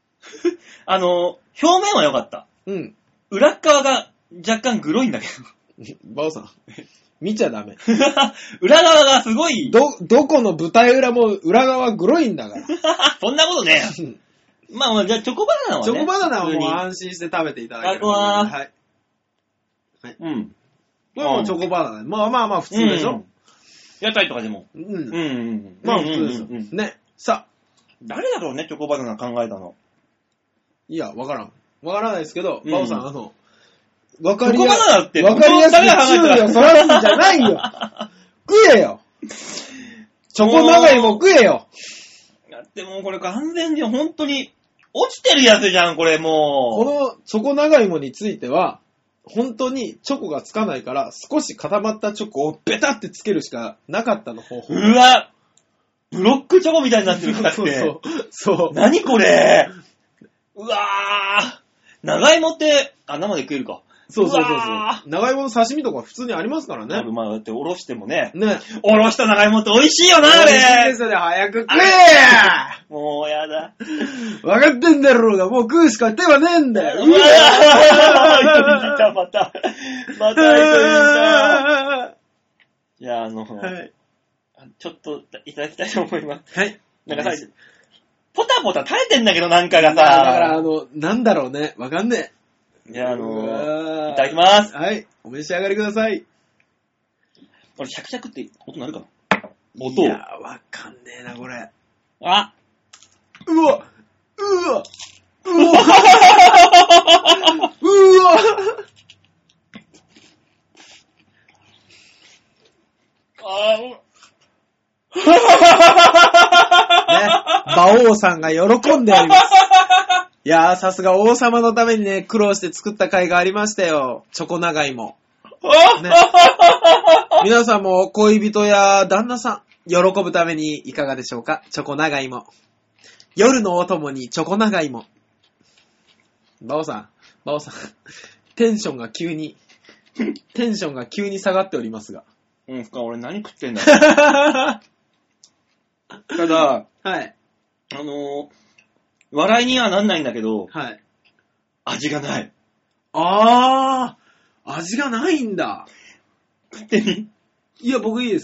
表面は良かった。裏側が若干グロいんだけど。
バオさん。見ちゃダメ。
裏側がすごい。
どこの舞台裏も裏側グロいんだから。
そんなことねえよ。まあ、じゃあチョコバナナはね。
チョコバナナはもう安心して食べていただける。はい。これもチョコバナナ。まあ普通でしょ。
屋台とかでも。
まあ普通ですよ。ね。さあ。
誰だろうね、チョコバナナ考えたの。
いや、わからないですけど、バオさん、わ
かりやすく注意
をそらすんじゃないよ。食えよ。チョコ長芋食えよ。
でもこれ完全に本当に落ちてるやつじゃん、これも
う。このチョコ長芋については、本当にチョコがつかないから、少し固まったチョコをベタってつけるしかなかったの方法。
うわブロックチョコみたいになってるからって。そう。何これうわ長芋って、生で食えるか。
そう。長芋の刺身とか普通にありますからね。
まあ、だっておろしてもね。おろした長芋って美味しいよな、あれ。
美味しいですよね、早く食え
もうやだ。
わかってんだろうが、もう食うしか手はねえんだよ。
また人いた。じゃあ、ちょっといただきたいと思います。
はい。
なんかさ、ポタポタ垂れてんだけど、なんかがさ。
だからなんだろうね。わかんね
え。じゃあ、いただきます。
はい。お召し上がりください。
これ、シャクシャクって音鳴るかな？
音。いや、わかんねえな、これ。
あ
うわ馬王さんが喜んでおります。いやー、さすが王様のためにね、苦労して作った甲斐がありましたよ。チョコ長芋。ね、皆さんも恋人や旦那さん、喜ぶためにいかがでしょうか？チョコ長芋。夜のお供にチョコ長芋。馬王さん、テンションが急に下がっておりますが。
俺何食ってんだただ、
はい。
笑いにはなんないんだけど、
はい。
味がない。
味がないんだ。
食ってみ？
いや、僕いいです。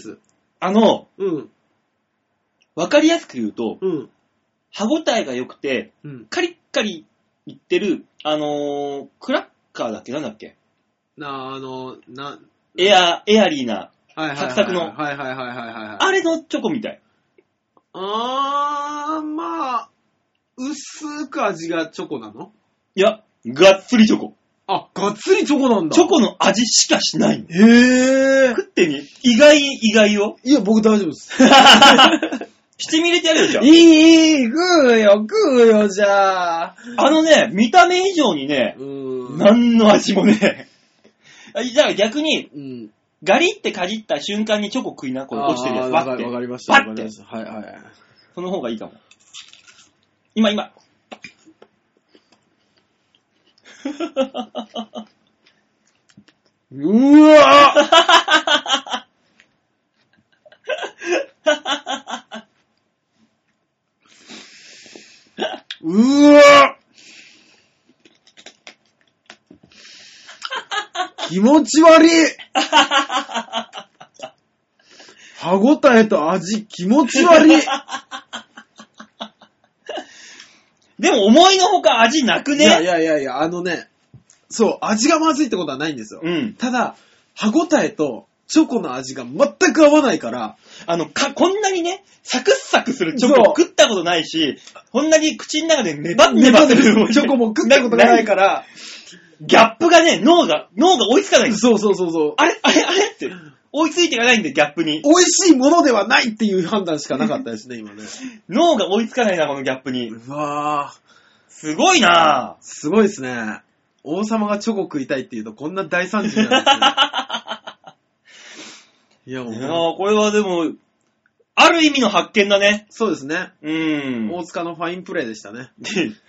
わかりやすく言うと、歯応えが良くて、カリッカリいってる、クラッカーだっけなんだっけエアリーな、サクサクの。あれのチョコみたい。
まあ、薄く味がチョコなの？
いや、がっつりチョコ。
あ、がっつりチョコなんだ。
チョコの味しかしないの。
へぇー。
食ってみ。意外よ。
いや、僕大丈夫です。
七味入れてやるよ、じゃあ。
食うよ、じゃあ。
見た目以上にね、何の味もね。じゃあ逆に、ガリってかじった瞬間にチョコ食いな、これ落ちてるやつ。
わかりました。
バッて。
はいはい。
その方がいいかも。今。
うわうわ気持ち悪い歯ごたえと味気持ち悪い
でも思いのほか味なくね。
いや、そう、味がまずいってことはないんですよ。ただ、歯ごたえとチョコの味が全く合わないから、
こんなにね、サクッサクするチョコ食ったことないし、こんなに口の中でネバネバする
チョコも食ったことがないから、
ギャップがね、脳が追いつかないんです。
そう。
あれって、追いついていかないんで、ギャップに。
美味しいものではないっていう判断しかなかったですね、今ね。
脳が追いつかないな、このギャップに。
うわぁ。
すごいなぁ。
すごいですね。王様がチョコ食いたいって言うとこんな大惨事なんですね。いや、
これはでも、ある意味の発見だね。
そうですね。大塚のファインプレーでしたね。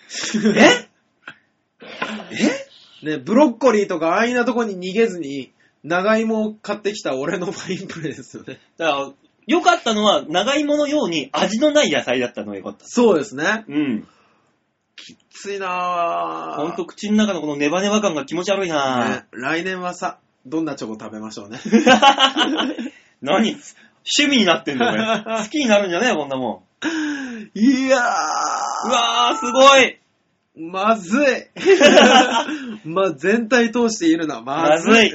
ね、ブロッコリーとかああいうなとこに逃げずに、長芋を買ってきた俺のファインプレーですよね。
だから、良かったのは、長芋のように味のない野菜だったのが良かった。
そうですね。きついなぁ。
ほんと口の中のこのネバネバ感が気持ち悪いなぁ。
ね、来年はさ、どんなチョコ食べましょうね。
何趣味になってんのこれ。好きになるんじゃねえよ、こんなも
ん。いやー。
うわー、すごい。
まずい。全体通しているのはまずい。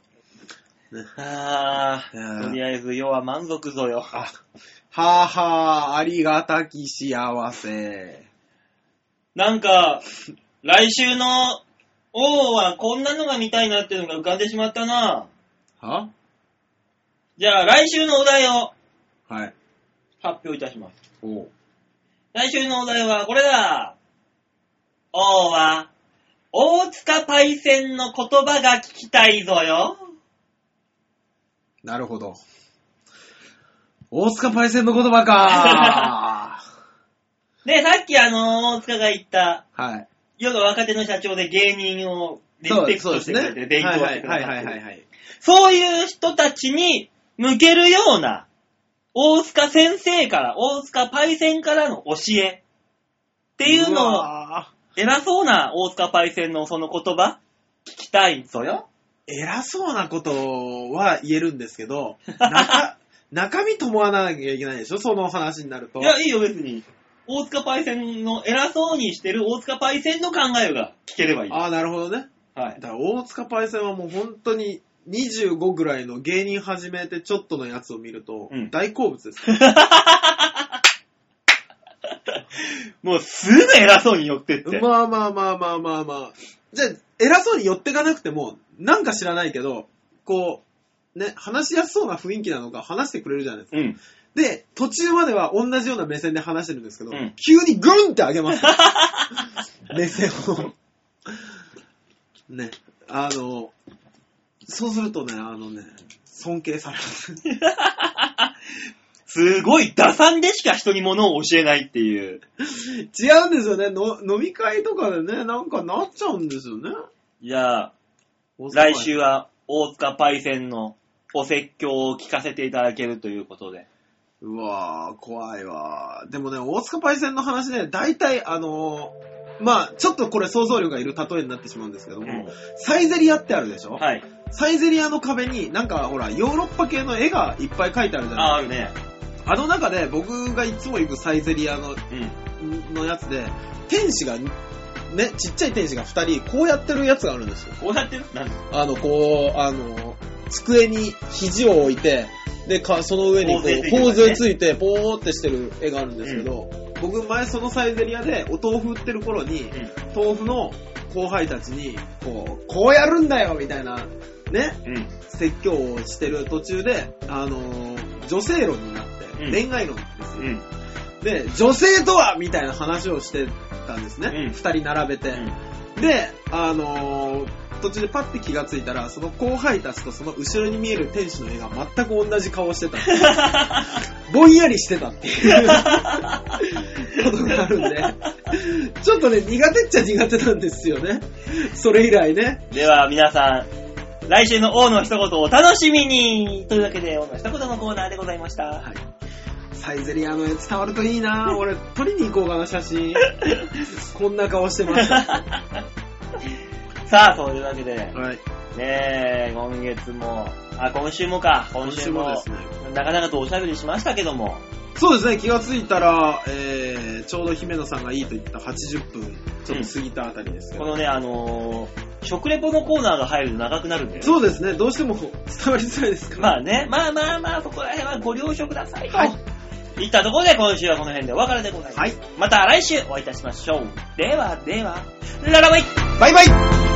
とりあえず世は満足ぞよ。
はぁはぁ、ありがたき幸せ。
なんか、来週の王はこんなのが見たいなっていうのが浮かんでしまったな。
は？
じゃあ来週のお題を
発
表いたします。来週のお題はこれだ。王は大塚パイセンの言葉が聞きたいぞよ。
なるほど。大塚パイセンの言葉か
で、さっき大塚が言った、世の若手の社長で芸人をリスペクトしてくれて勉強してくれて、そういう人たちに向けるような、大塚先生から、大塚パイセンからの教えっていうのを、偉そうな大塚パイセンのその言葉、聞きたいぞよ。
偉そうなことは言えるんですけど、中身伴わなきゃいけないでしょ、その話になると。
いや、いいよ、別に。大塚パイセンの偉そうにしてる大塚パイセンの考えが聞ければいい。
ああ、なるほどね。
はい。
だから大塚パイセンはもう本当に25ぐらいの芸人始めてちょっとのやつを見ると、大好物です。
もうすぐ偉そうに寄ってって。
まあ。じゃあ、偉そうに寄ってかなくても、なんか知らないけど、こう、ね、話しやすそうな雰囲気なのか話してくれるじゃないですか。で、途中までは同じような目線で話してるんですけど、急にグンって上げます。目線を。ね、そうするとね、尊敬されます。
すごい打算でしか人に物を教えないっていう。
違うんですよね。飲み会とかでね、なんかなっちゃうんですよね。
じゃあ、来週は大塚パイセンのお説教を聞かせていただけるということで。
うわぁ、怖いわー。でもね、大塚パイセンの話ね、大体まあちょっとこれ想像力がいる例えになってしまうんですけども、サイゼリアってあるでしょ？
はい。
サイゼリアの壁になんかほら、ヨーロッパ系の絵がいっぱい描いてあるじゃないですか。
あるね。
あの中で僕がいつも行くサイゼリアの、のやつで、天使が、ね、ちっちゃい天使が2人、こうやってるやつがあるんですよ。
こうやってる？何？
机に肘を置いて、で、その上にこう、ポーズついて、ポーってしてる絵があるんですけど、 僕前そのサイゼリアでお豆腐売ってる頃に、豆腐の後輩たちに、こうやるんだよみたいな、ね、説教をしてる途中で、女性論になって、恋愛論ですよ。で、女性とはみたいな話をしてたんですね。二人並べて。で、途中でパッて気がついたら、その後輩たちとその後ろに見える天使の絵が全く同じ顔してた。ぼんやりしてたっていうことがあるんで、ちょっとね、苦手っちゃ苦手なんですよね。それ以来ね。
では皆さん、来週の王の一言をお楽しみにというわけで、王の一言のコーナーでございました。はい。
サイゼリアの絵伝わるといいな。俺、撮りに行こうかな、写真。こんな顔してます。
さあ、そういうわけで、
はい。
ねえ、今週もか。今週も
ですね。
なかなかとおしゃべりしましたけども。
そうですね、気がついたら、ちょうど姫野さんがいいと言った80分、ちょっと過ぎたあたりですけど。
このね、食レポのコーナーが入ると長くなるんで。
そうですね、どうしても伝わりづらいですから。
まあね、まあ、そこら辺はご了承くださいと。はい。いったところで今週はこの辺でお別れでございます。はい。また来週お会いいたしましょう。では、ララバイバイバイ